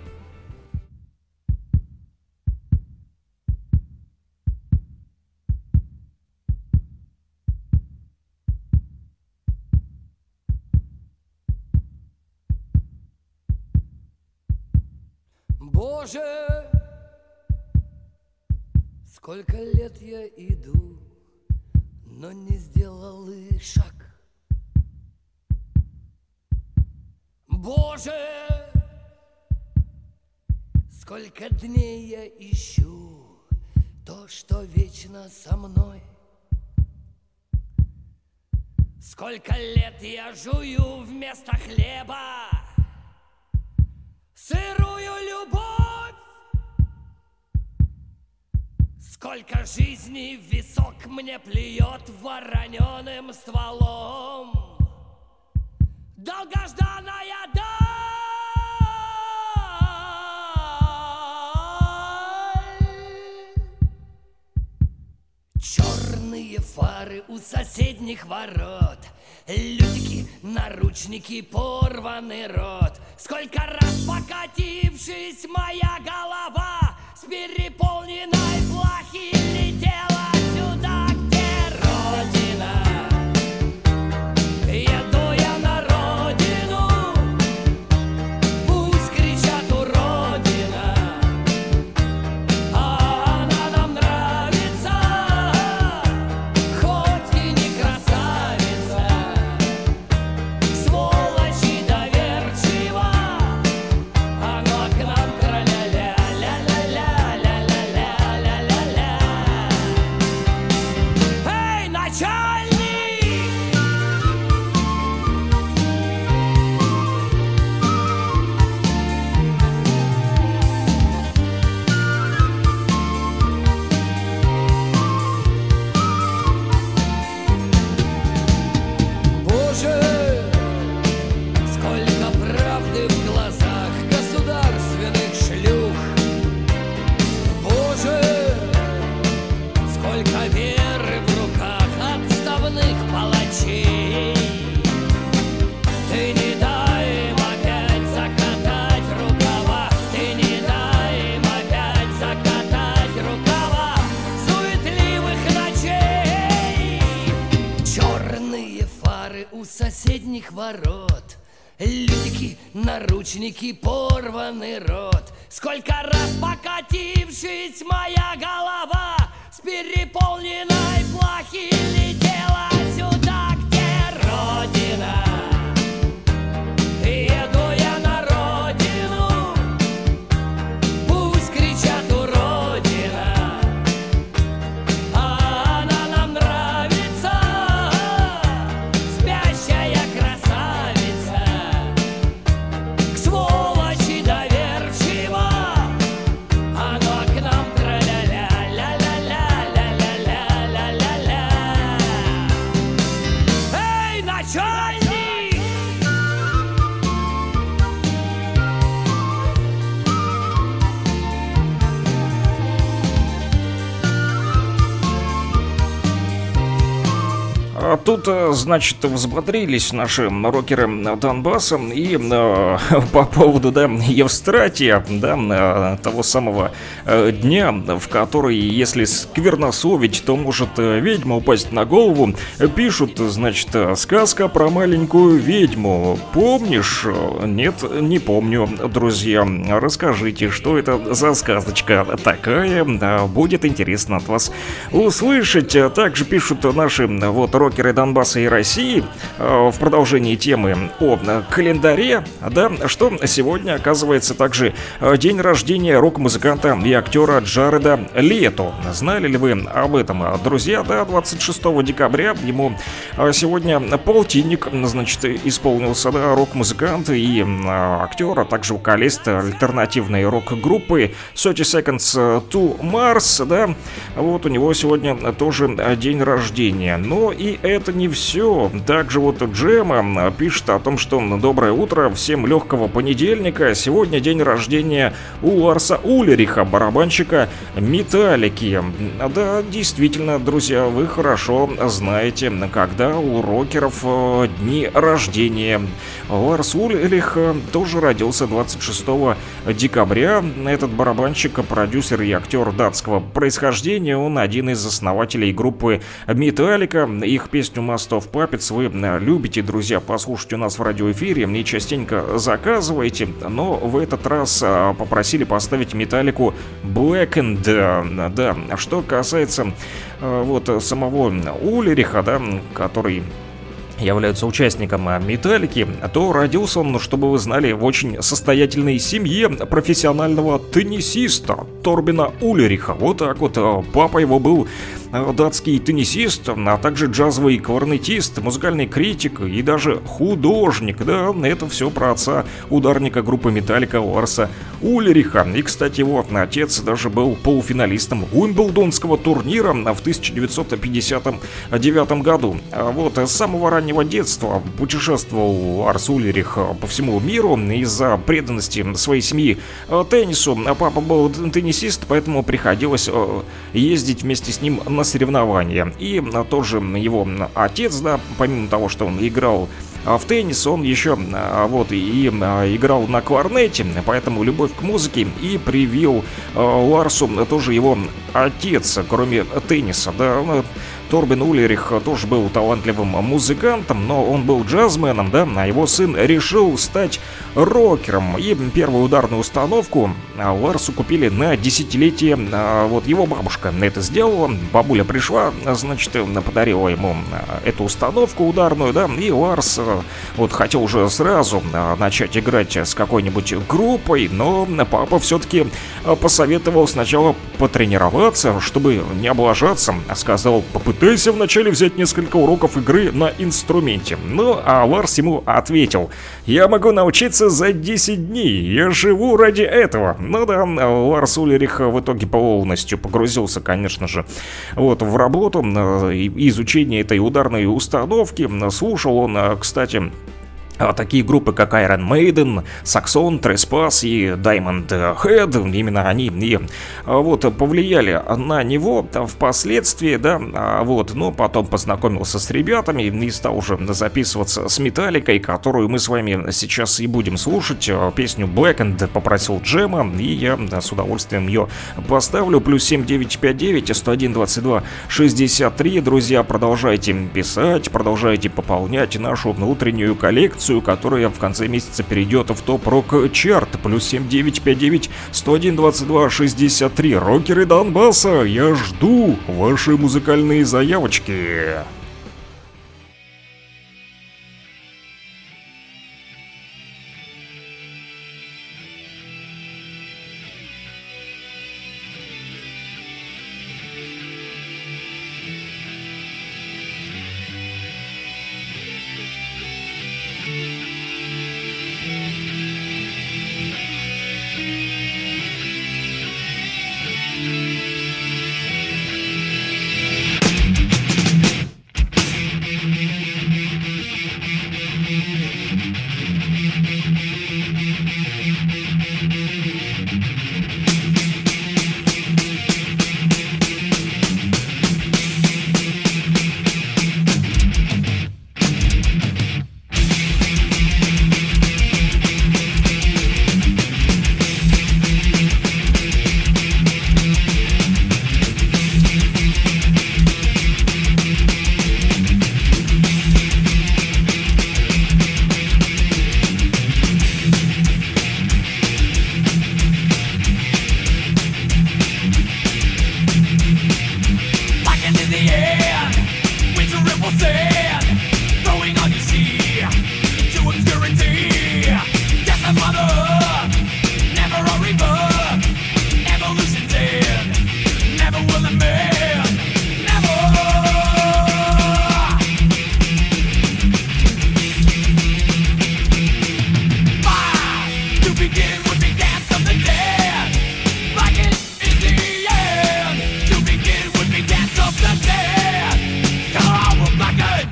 Боже, сколько лет я иду, но не сделал и шаг. Боже, сколько дней я ищу то, что вечно со мной. Сколько лет я жую вместо хлеба сырую любовь. Сколько жизней в висок мне плюет вороненым стволом. Долгожданная даль. Черные фары у соседних ворот, лютики, наручники, порванный рот. Сколько раз покатившись, моя голова с переполненной плахи летела сюда, где родина. Еду я на родину, пусть кричат уродина, а она нам нравится, хоть и не красавица. Сволочь и доверчива, оно к нам тра-ля-ля, ля-ля-ля-ля-ля-ля-ля-ля-ля. Эй, начальник! Боже, сколько правды в глазах государственных шлюх. Боже, сколько веры в руках отставных палачей. Ты не дай им опять закатать рукава, ты не дай им опять закатать рукава суетливых ночей. Черные фары у соседних ворот, лютики, наручники, порванный рот. Сколько раз покатившись, моя голова с переполненной плахи летела сюда, где родина. Еду я на родину, пусть кричат уродина, а она нам нравится, спящая красавица. К сволочи доверчива, оно к нам тра-ля-ля, ля-ля-ля-ля-ля-ля-ля-ля-ля. Эй, начальник! А тут, э, значит, взбодрились наши рокеры Донбасса и э, по поводу, да, Евстратия, да, э, того самого э, дня, в который, если сквернословить, то может э, ведьма упасть на голову. Пишут, значит, сказка про маленькую ведьму. Помнишь? Нет, не помню, друзья. Расскажите, что это за сказочка такая? Да, будет интересно от вас услышать. Также пишут наши вот рокеры Донбасса и России э, в продолжении темы о э, календаре, да, что сегодня оказывается также э, день рождения рок-музыканта и актера Джареда Лето. Знали ли вы об этом, друзья? Да, двадцать шестого декабря ему э, сегодня полтинник, значит, исполнился, да, рок-музыкант и э, актер, а также вокалист альтернативной рок-группы thirty seconds to Mars, да, вот у него сегодня тоже день рождения. Но и это не все. Также вот Джема пишет о том, что доброе утро, всем легкого понедельника. Сегодня день рождения у Ларса Ульриха, барабанщика Металлики. Да, действительно, друзья, вы хорошо знаете, когда у рокеров дни рождения. Ларс Ульрих тоже родился двадцать шестого декабря. Этот барабанщик, продюсер и актер датского происхождения. Он один из основателей группы Металлика. Их песню Master of Puppets вы любите, друзья, послушать у нас в радиоэфире и частенько заказываете, но в этот раз попросили поставить Металлику Blackened. Да, что касается вот самого Ульриха, да, который является участником Металлики, то родился он, чтобы вы знали, в очень состоятельной семье профессионального теннисиста. Торбена Ульриха. Вот так вот. Папа его был датский теннисист, а также джазовый кларнетист, музыкальный критик и даже художник. Да, это все про отца ударника группы Металлика Ларса Ульриха. И, кстати, его отец даже был полуфиналистом Уимблдонского турнира в тысяча девятьсот пятьдесят девятом году. Вот, с самого раннего детства путешествовал Ларс Ульрих по всему миру из-за преданности своей семьи теннису. Папа был теннисист, поэтому приходилось ездить вместе с ним на соревнования. И тоже его отец, да, помимо того, что он играл в теннис, он еще вот и играл на кларнете, поэтому любовь к музыке и привил Ларсу тоже его отец, кроме тенниса, да. Торбен Ульрих тоже был талантливым музыкантом, но он был джазменом, да, а его сын решил стать рокером. И первую ударную установку Ларсу купили на десятилетие. Вот его бабушка это сделала, бабуля пришла, значит, подарила ему эту установку ударную, да, и Ларс вот хотел уже сразу начать играть с какой-нибудь группой, но папа все-таки посоветовал сначала потренироваться, чтобы не облажаться, сказал: попытайся вначале взять несколько уроков игры на инструменте. Ну, а Ларс ему ответил: я могу научиться за десять дней, я живу ради этого. Ну да, Ларс Ульрих в итоге полностью погрузился, конечно же, вот в работу, изучение этой ударной установки. Слушал он, кстати, такие группы, как Iron Maiden, Saxon, Trespass и Diamond Head. Именно они и вот повлияли на него впоследствии, да, вот. Но потом познакомился с ребятами и стал уже записываться с Металликой, которую мы с вами сейчас и будем слушать. Песню Blackened попросил Джема, и я, да, с удовольствием ее поставлю. Плюс семь девять пять девять сто один двадцать два шестьдесят три. Друзья, продолжайте писать, продолжайте пополнять нашу внутреннюю коллекцию, которая в конце месяца перейдет в топ-рок-чарт. Плюс семь девять пять девять сто один двадцать два шестьдесят три. Рокеры Донбасса, я жду ваши музыкальные заявочки. Black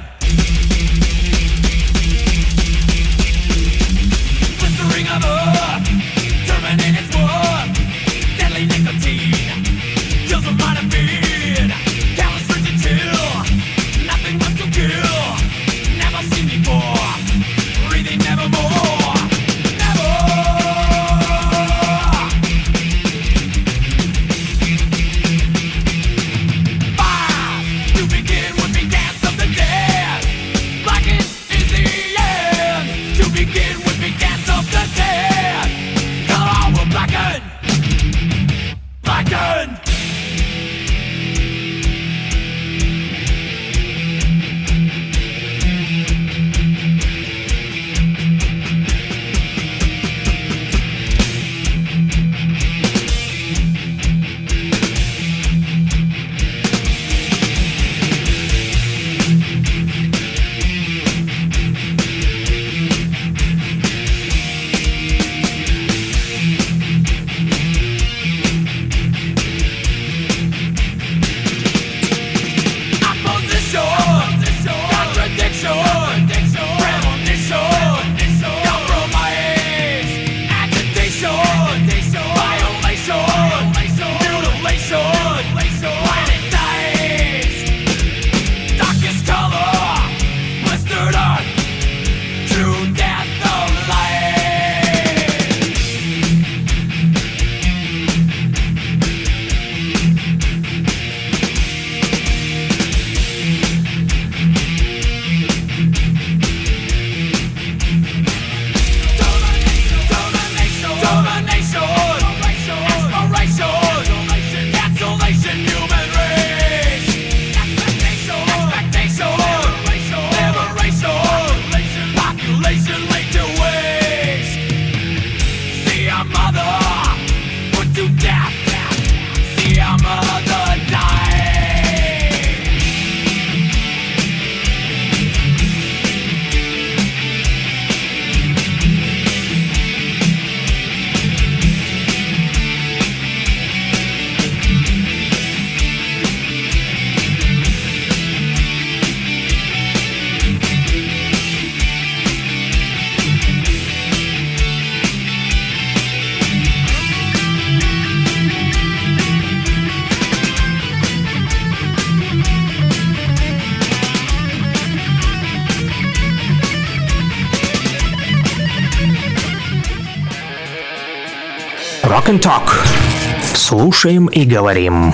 Rock and Talk. Слушаем и говорим.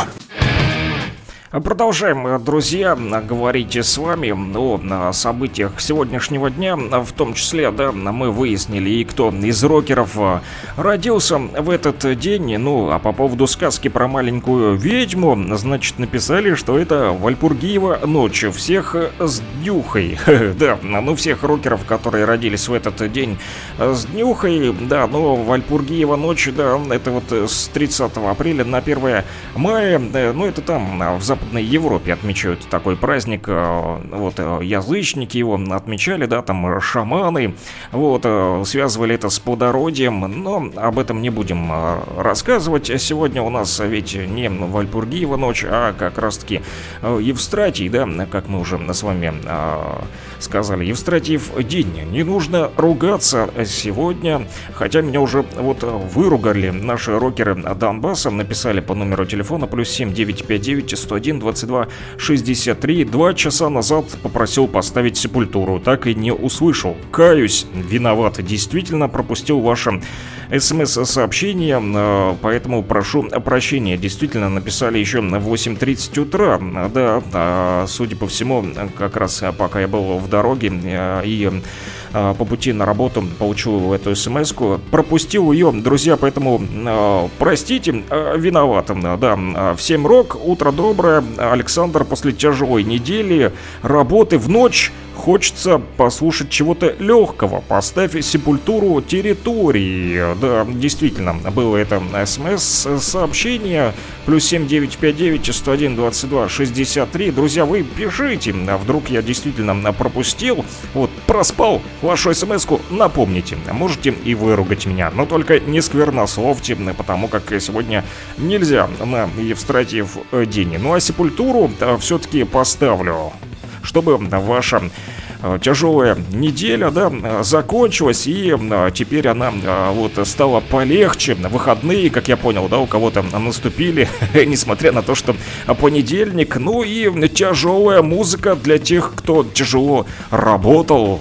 Продолжаем, друзья, говорить с вами о событиях сегодняшнего дня. В том числе, да, мы выяснили, и кто из рокеров родился в этот день. Ну, а по поводу сказки про маленькую ведьму, значит, написали, что это Вальпургиева ночь. Всех с днюхой. Да, ну, всех рокеров, которые родились в этот день с днюхой. Да, но Вальпургиева ночь, да, это вот с тридцатого апреля на первое мая. Ну, это там, в Западной Европе отмечают такой праздник. Вот язычники его отмечали, да, там шаманы, вот, связывали это с плодородием, но об этом не будем рассказывать. Сегодня у нас ведь не Вальпургиева ночь, а как раз-таки Евстратий, да, как мы уже с вами сказали, Евстратиев день. Не нужно ругаться сегодня, хотя меня уже вот выругали наши рокеры Донбасса, написали по номеру телефона плюс семь девятьсот пятьдесят девять сто один двадцать два шестьдесят три. Два часа назад попросил поставить Сепультуру, так и не услышал. Каюсь, виноват, действительно пропустил ваше смс-сообщение, поэтому прошу прощения. Действительно, написали еще на восемь тридцать утра. Да, судя по всему, как раз пока я был в дороге и по пути на работу получил эту смс-ку, пропустил ее, друзья, поэтому э, простите, э, виноват. Да, всем рок, утро доброе, Александр, после тяжелой недели работы в ночь хочется послушать чего-то легкого. Поставь Сепультуру территории. Да, действительно, было это смс-сообщение. Плюс семь девятьсот пятьдесят девять сто один двадцать два шестьдесят три. Друзья, вы пишите. А вдруг я действительно пропустил, вот, проспал вашу смс-ку, напомните. Можете и выругать меня, но только не сквернословьте, потому как сегодня нельзя на Евстратиев день. Ну а Сепультуру все-таки поставлю, чтобы ваша тяжелая неделя, да, закончилась, и теперь она вот стала полегче. Выходные, как я понял, да, у кого-то наступили, несмотря на то, что понедельник. Ну и тяжелая музыка для тех, кто тяжело работал.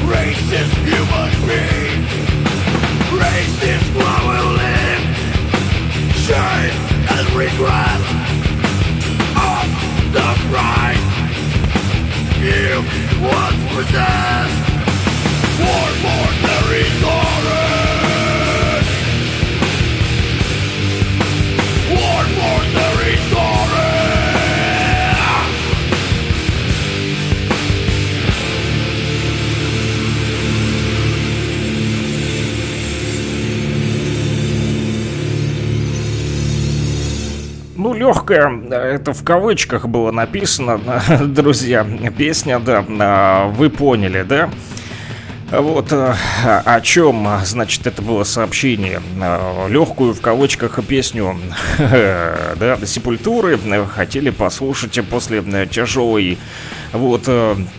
racist human being. Racist while we live. Shame and regret of the pride you once possessed. One more territory. One more territory. Ну, легкая, это в кавычках было написано, друзья, песня, да, вы поняли, да? Вот о чем, значит, это было сообщение. Легкую в кавычках песню, да, Сепультуры хотели послушать после тяжелой вот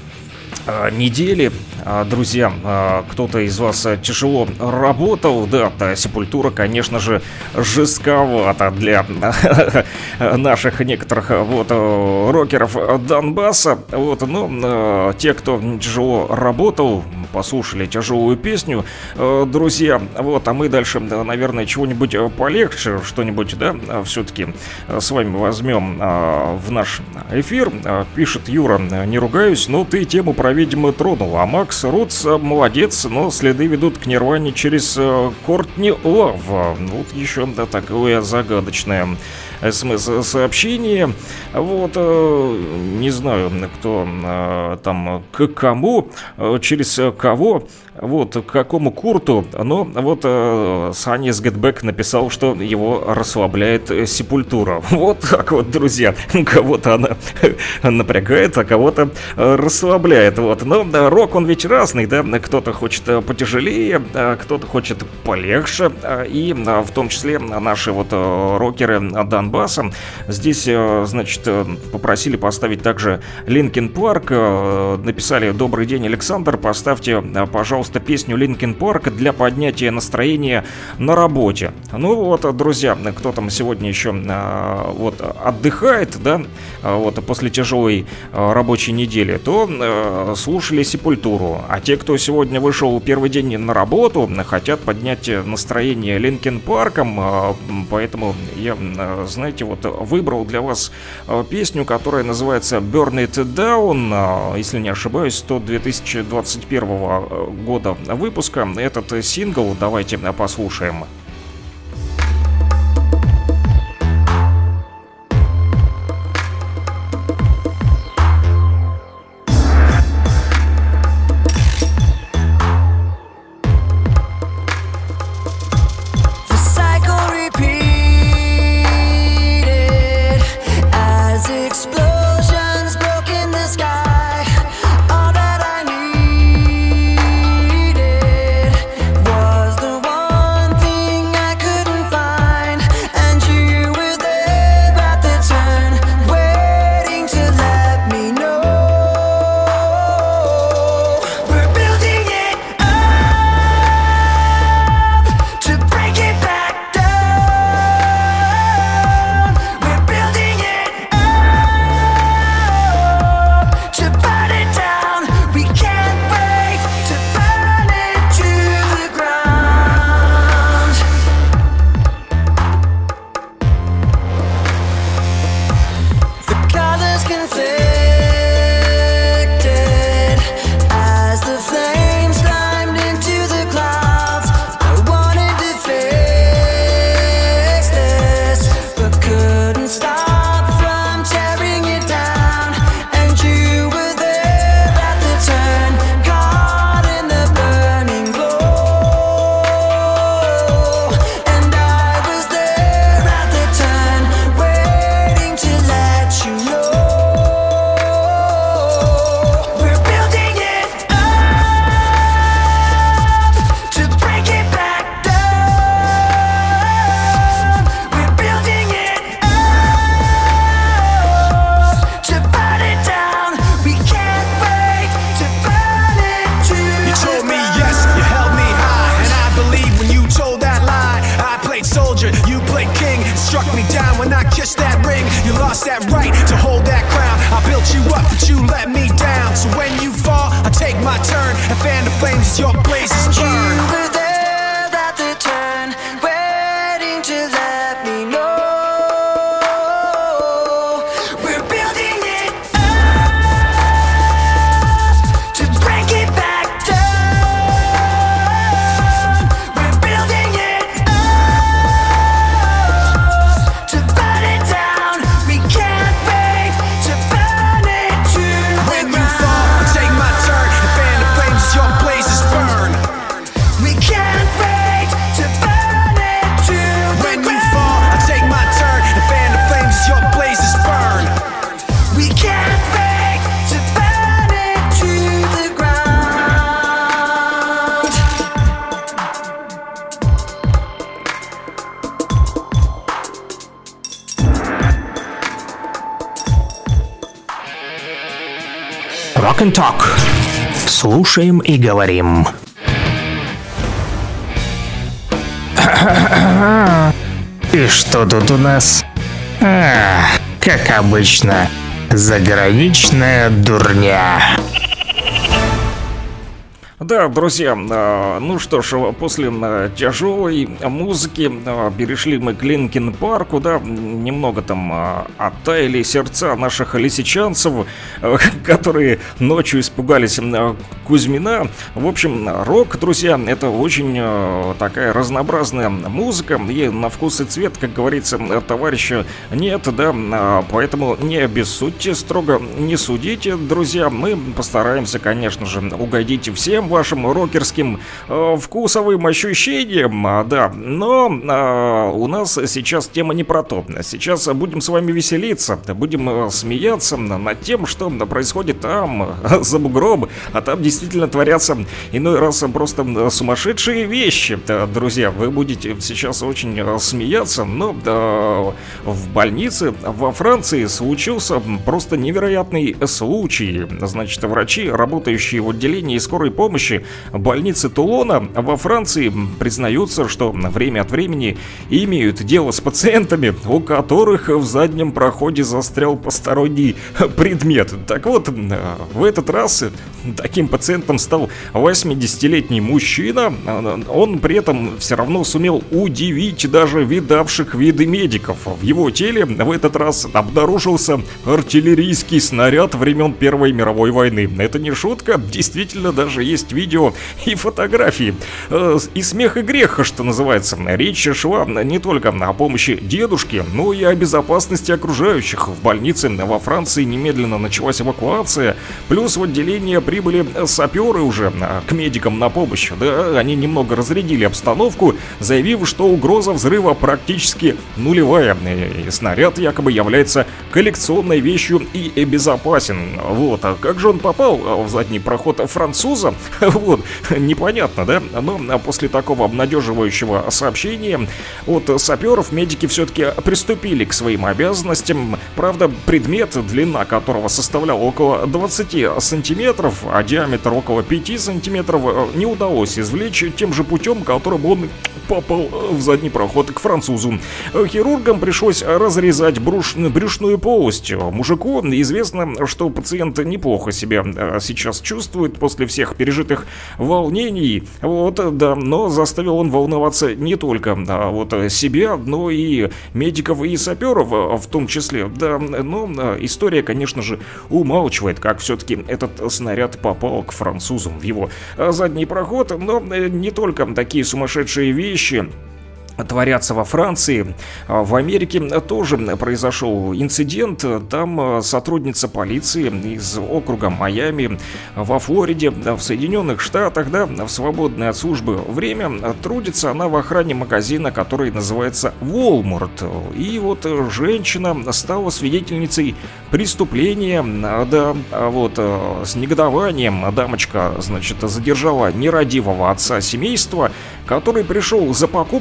недели. Друзья, кто-то из вас тяжело работал, да, Сепультура, конечно же, жестковато для наших некоторых вот рокеров Донбасса, вот, но те, кто тяжело работал, послушали тяжелую песню, друзья, вот, а мы дальше, наверное, чего-нибудь полегче, что-нибудь, да, все-таки с вами возьмем в наш эфир. Пишет Юра: не ругаюсь, но ты тему про ведьмы тронул, а Макс Рутс молодец, но следы ведут к Нирване через Кортни Лав. Вот еще, да, такое загадочное смс-сообщение. Вот, не знаю, кто там к кому, через кого, вот, к какому Курту, но вот Санис Гетбэк написал, что его расслабляет Сепультура. Вот так вот, друзья, кого-то она напрягает, а кого-то расслабляет. Вот, но да, рок, он ведь разный, да, кто-то хочет потяжелее, кто-то хочет полегче, и в том числе наши вот рокеры Донбасса здесь, значит, попросили поставить также Linkin Park, написали: добрый день, Александр, поставьте, пожалуйста, песню Linkin Park для поднятия настроения на работе. Ну вот, друзья, кто там сегодня еще вот отдыхает, да, вот после тяжелой рабочей недели, то слушали Сепультуру, а те, кто сегодня вышел первый день на работу, хотят поднять настроение Linkin Park'ом, поэтому я, знаете, вот выбрал для вас песню, которая называется Burn It Down, если не ошибаюсь, то две тысячи двадцать первого года выпуска. Этот сингл давайте послушаем. lost that right to hold that crown. I built you up, but you let me down. So when you fall, I take my turn and fan the flames as your blazes burn. You were there at the turn, waiting to let me know. We're building it up to break it back down. We're building it up to burn it down. We can't wait to burn it to When you fall, I take my turn and fan the flames as your blazes burn. We can't wait to burn it to When you fall, I take my turn and fan the flames as your blazes burn. We can't wait to burn it to the ground. Rock and Talk. Слушаем и говорим. И что тут у нас? А, как обычно, заграничная дурня. Да, друзья, ну что ж, после тяжелой музыки перешли мы к Линкин Парку, да, немного там оттаяли сердца наших лисичанцев, которые ночью испугались Кузьмина. В общем, рок, друзья, это очень такая разнообразная музыка, и на вкус и цвет, как говорится, товарища нет, да, поэтому не обессудьте, строго не судите, друзья, мы постараемся, конечно же, угодить всем вашим рокерским э, вкусовым ощущениям, а, да, но э, у нас сейчас тема не про то. Сейчас будем с вами веселиться, будем э, смеяться над тем, что происходит там, э, за бугром, а там действительно творятся иной раз просто сумасшедшие вещи. Да, друзья, вы будете сейчас очень э, смеяться, но э, в больнице во Франции случился просто невероятный случай. Значит, врачи, работающие в отделении скорой помощи больницы Тулона во Франции, признаются, что время от времени имеют дело с пациентами, у которых в заднем проходе застрял посторонний предмет. Так вот, в этот раз таким пациентом стал восьмидесятилетний мужчина. Он при этом все равно сумел удивить даже видавших виды медиков. В его теле в этот раз обнаружился артиллерийский снаряд времен Первой мировой войны. Это не шутка, действительно даже есть видео и фотографии. И смех, и грех, что называется. Речь шла не только о помощи дедушке, но и о безопасности окружающих. В больнице во Франции немедленно началась эвакуация, плюс в отделение прибыли саперы уже к медикам на помощь. Да, они немного разрядили обстановку, заявив, что угроза взрыва практически нулевая. И снаряд якобы является коллекционной вещью и безопасен. Вот, а как же он попал в задний проход француза? Вот, непонятно, да? Но после такого обнадеживающего сообщения от саперов медики все-таки приступили к своим обязанностям. Правда, предмет, длина которого составляла около двадцати сантиметров, а диаметр около пяти сантиметров, не удалось извлечь тем же путем, которым он попал в задний проход к французу. Хирургам пришлось разрезать бруш... брюшную полость. Мужику известно, что пациент неплохо себя сейчас чувствует после всех пережитых волнений. Вот, да, но заставил он волноваться не только да, вот себя, но и медиков и саперов в том числе. Да, но история, конечно же, умалчивает, как все-таки этот снаряд попал к французу в его задний проход. Но не только такие сумасшедшие вещи творятся во Франции. В Америке тоже произошел инцидент. Там сотрудница полиции из округа Майами во Флориде, в Соединенных Штатах, да, в свободное от службы время трудится она в охране магазина, который называется Walmart. И вот женщина стала свидетельницей преступления, да, вот, с негодованием дамочка, значит, задержала нерадивого отца семейства, который пришел за покупками с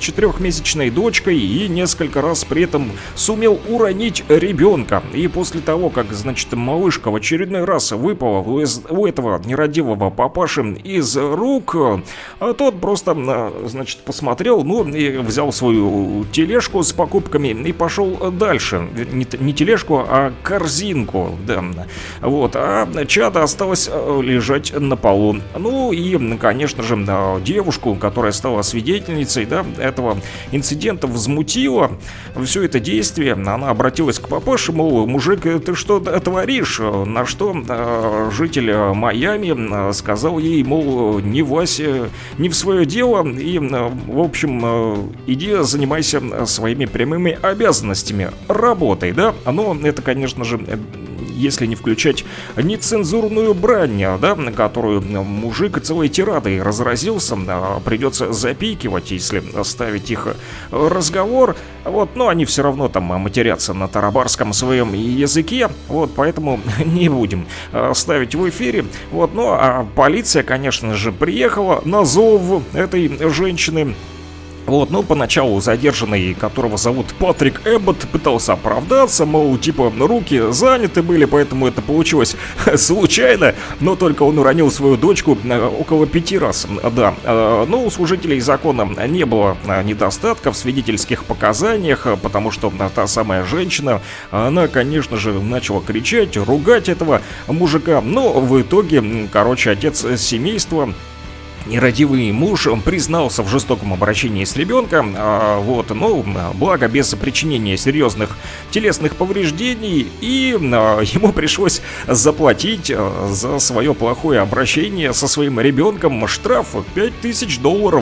четырехмесячной дочкой и несколько раз при этом сумел уронить ребенка. И после того, как, значит, малышка в очередной раз выпала у этого нерадивого папаши из рук, тот просто, значит, посмотрел, ну, и взял свою тележку с покупками и пошел дальше. Не, не тележку, а корзинку, да. Вот, а чадо осталось лежать на полу. Ну и, конечно же, девушку, которая стала свидетельницей, да, этого инцидента, возмутила все это действие. Она обратилась к папаше, мол, мужик, ты что творишь? На что э, житель Майами сказал ей, мол, не Вася, не в свое дело, и, в общем, э, иди занимайся своими прямыми обязанностями, работой, да? Но это, конечно же, если не включать нецензурную брань, да, на которую мужик целой тирадой разразился, придется запикивать, если оставить их разговор. Вот, но они все равно там матерятся на тарабарском своем языке, вот, поэтому не будем ставить в эфире. Вот, ну а полиция, конечно же, приехала на зов этой женщины. Вот, ну, поначалу задержанный, которого зовут Патрик Эббот, пытался оправдаться, мол, типа, руки заняты были, поэтому это получилось случайно, но только он уронил свою дочку около пяти раз, да. Но у служителей закона не было недостатка в свидетельских показаниях, потому что та самая женщина, она, конечно же, начала кричать, ругать этого мужика, но в итоге, короче, отец семейства, нерадивый муж, признался в жестоком обращении с ребенком, а, вот, но благо без причинения серьезных телесных повреждений, и а, ему пришлось заплатить а, за свое плохое обращение со своим ребенком штраф пять тысяч долларов.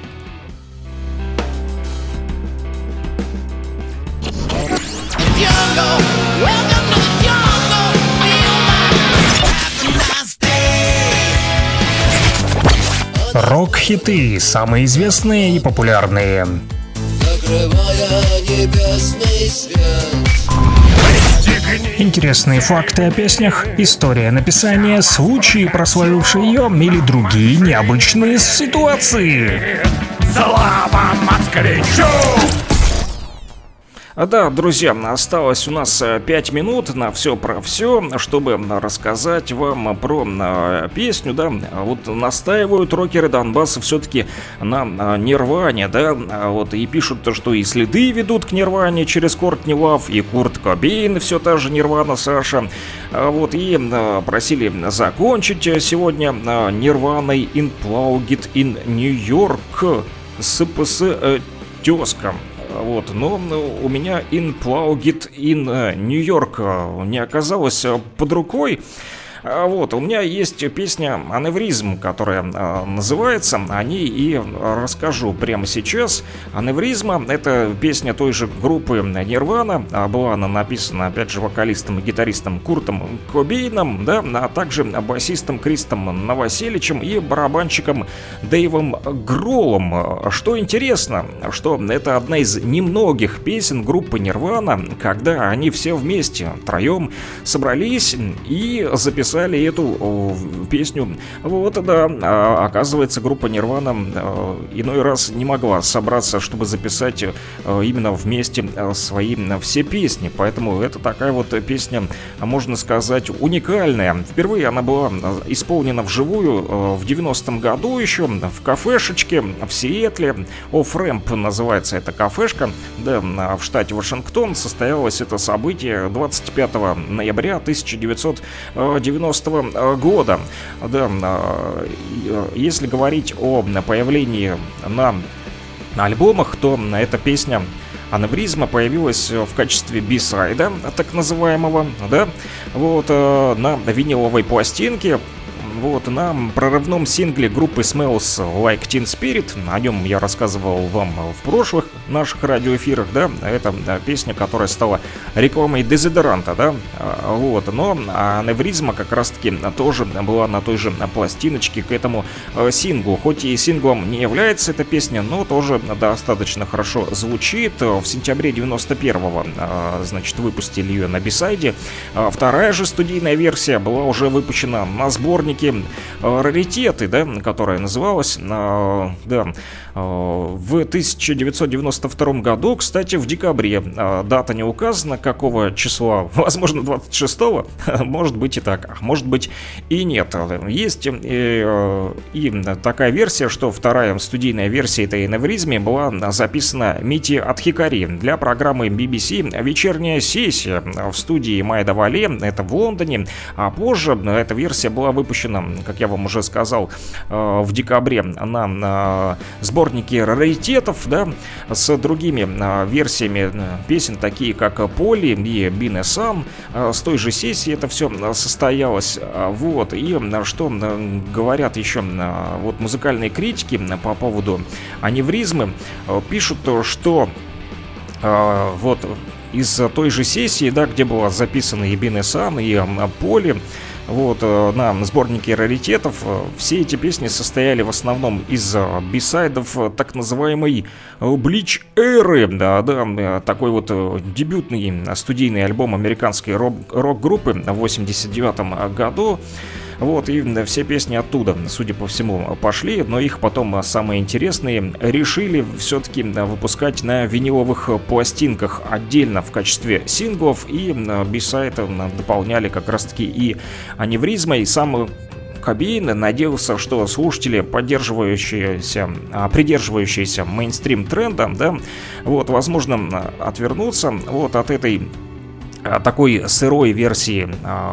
Рок-хиты, самые известные и популярные. Закрывая небесный свет. Интересные факты о песнях, история написания, случаи, прославившие ее, или другие необычные ситуации. Слава москвичу! Да, друзья, осталось у нас пять минут на все про все, чтобы рассказать вам про песню, да. Вот настаивают рокеры Донбасса все-таки на Нирване, да. Вот и пишут то, что и следы ведут к Нирване через Кортни Лав, и Курт Кобейн, все та же Нирвана, Саша. Вот и просили закончить сегодня Нирваной Unplugged in New York с ПС тезка. Вот, но у меня Unplugged in New York не оказалось под рукой. Вот, у меня есть песня «Аневризм», которая э, называется, о ней и расскажу прямо сейчас. «Аневризма» — это песня той же группы Нирвана, была она написана, опять же, вокалистом и гитаристом Куртом Кобейном, да, а также басистом Кристом Новоселичем и барабанщиком Дэйвом Гроллом. Что интересно, что это одна из немногих песен группы Нирвана, когда они все вместе, троем, собрались и записали эту о, песню. Вот, да, а, оказывается, группа Нирвана а, иной раз не могла собраться, чтобы записать а, именно вместе а, свои а, все песни. Поэтому это такая вот песня, можно сказать, уникальная. Впервые она была исполнена вживую а, в девяностом году еще в кафешечке в Сиэтле. Off-Ramp называется эта кафешка, да, в штате Вашингтон. Состоялось это событие двадцать пятого ноября тысяча девятьсот девяностого года. Да, если говорить о появлении на альбомах, то эта песня «Аневризма» появилась в качестве би-сайда, так называемого, да, вот, на виниловой пластинке. Вот, на прорывном сингле группы Smells Like Teen Spirit. О нем я рассказывал вам в прошлых наших радиоэфирах, да. Это да, песня, которая стала рекламой дезодоранта, да. Вот, но «Аневризма» как раз-таки тоже была на той же пластиночке к этому синглу. Хоть и синглом не является эта песня, но тоже достаточно хорошо звучит. В сентябре девяносто первого, значит, выпустили ее на би-сайде. Вторая же студийная версия была уже выпущена на сборнике сборнике «Раритеты», да, которая называлась, да, в тысяча девятьсот девяносто втором году, кстати, в декабре. Дата не указана, какого числа, возможно, двадцать шестого, может быть и так, а может быть и нет. Есть и, и такая версия, что вторая студийная версия этой «Эневризме» была записана Мити Адхикари для программы би би си «Вечерняя сессия» в студии Майда Вале, это в Лондоне, а позже эта версия была выпущена, как я вам уже сказал, в декабре на сборнике раритетов, да, с другими версиями песен, такие как «Поли» и «Been a Sun». С той же сессии это все состоялось. Вот. И что говорят еще вот музыкальные критики по поводу аневризмы, пишут, что вот из той же сессии, да, где была записана и «Been a Sun», и «Поли», вот, на сборнике раритетов все эти песни состояли в основном из бисайдов так называемой Bleach эры, да, да, такой вот дебютный студийный альбом американской рок-группы в восемьдесят девятом году. Вот, и все песни оттуда, судя по всему, пошли, но их потом самые интересные решили все-таки выпускать на виниловых пластинках отдельно в качестве синглов, и бисайд дополняли как раз-таки и аневризмой. И сам Кобейн надеялся, что слушатели, поддерживающиеся, придерживающиеся мейнстрим тренда, да, вот, возможно, отвернутся вот от этой такой сырой версии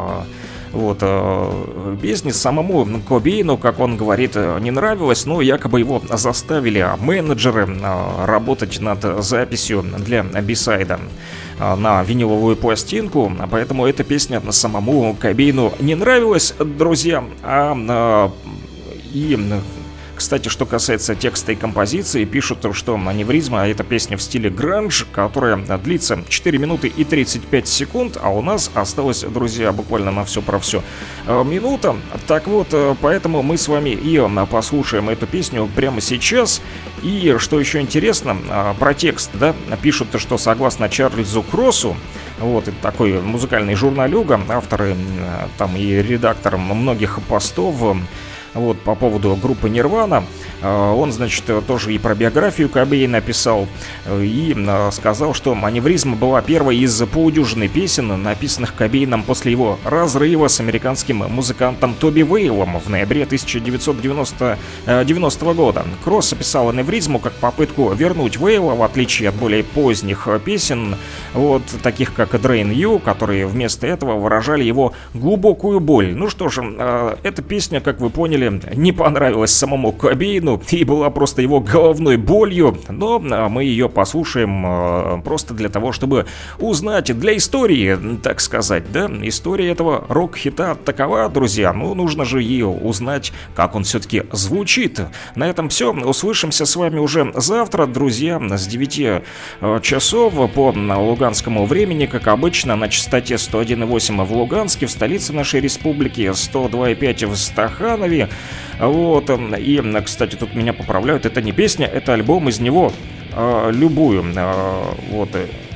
вот, э, песни. Самому Кобейну, как он говорит, не нравилось, но якобы его заставили менеджеры э, работать над записью для бисайда э, на виниловую пластинку, поэтому эта песня самому Кобейну не нравилась, друзья. А э, и... Кстати, что касается текста и композиции, пишут, что «Аневризма» — это песня в стиле гранж, которая длится четыре минуты и тридцать пять секунд, а у нас осталось, друзья, буквально на все про все минута. Так вот, поэтому мы с вами и послушаем эту песню прямо сейчас. И что еще интересно, про текст, да, пишут, что согласно Чарльзу Кроссу, вот, это такой музыкальный журналюга, автор там и редактор многих постов, вот, по поводу группы Нирвана. Он, значит, тоже и про биографию Кобейна написал и сказал, что «Аневризма» была первой из полудюжины песен, написанных Кобейном после его разрыва с американским музыкантом Тоби Вейлом в ноябре тысяча девятьсот девяностого года. Кросс описал «Аневризму» как попытку вернуть Вейла, в отличие от более поздних песен, вот, таких как «Drain You», которые вместо этого выражали его глубокую боль. Ну что же, эта песня, как вы поняли, не понравилась самому Кобейну и была просто его головной болью, но мы ее послушаем просто для того, чтобы узнать, для истории, так сказать, да, история этого рок-хита такова, друзья, ну, нужно же ее узнать, как он все-таки звучит. На этом все, услышимся с вами уже завтра, друзья, с девяти часов по луганскому времени, как обычно, на частоте сто один и восемь в Луганске, в столице нашей республики, сто два и пять в Стаханове. Вот, и, кстати, тут меня поправляют, это не песня, это альбом, из него э, любую. Э, вот,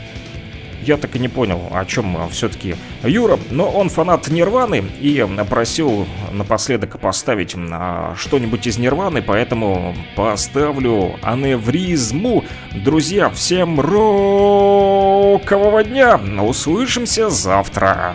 я так и не понял, о чем все-таки Юра, но он фанат Нирваны и просил напоследок поставить э, что-нибудь из Нирваны, поэтому поставлю «Аневризму». Друзья, всем рокового дня, услышимся завтра.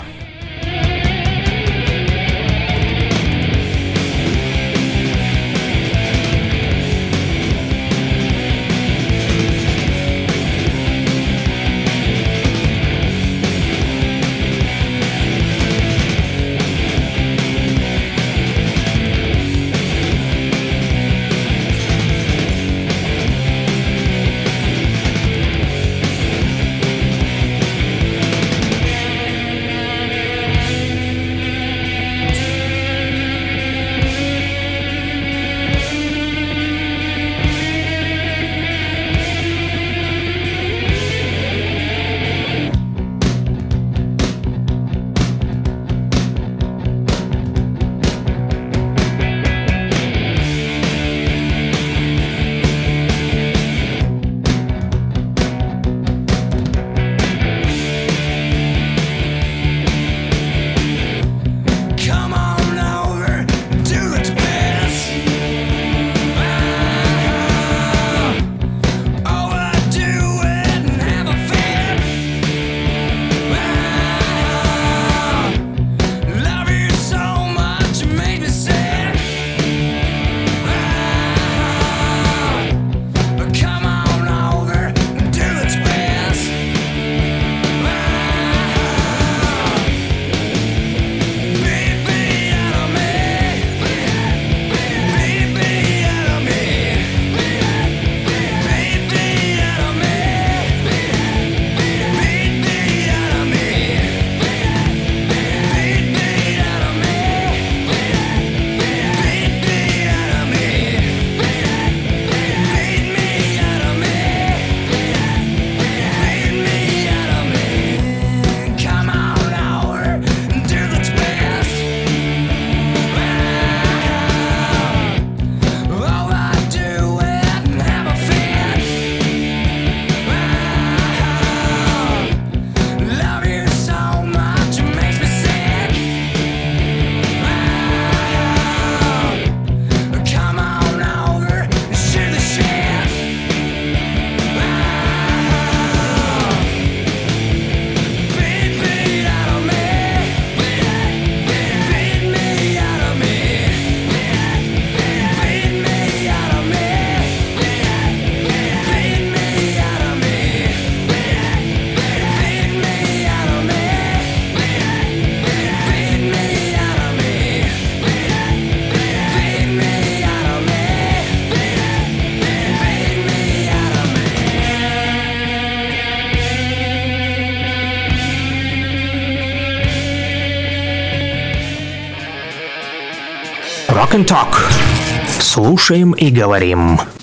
Walk and Talk. Слушаем и говорим.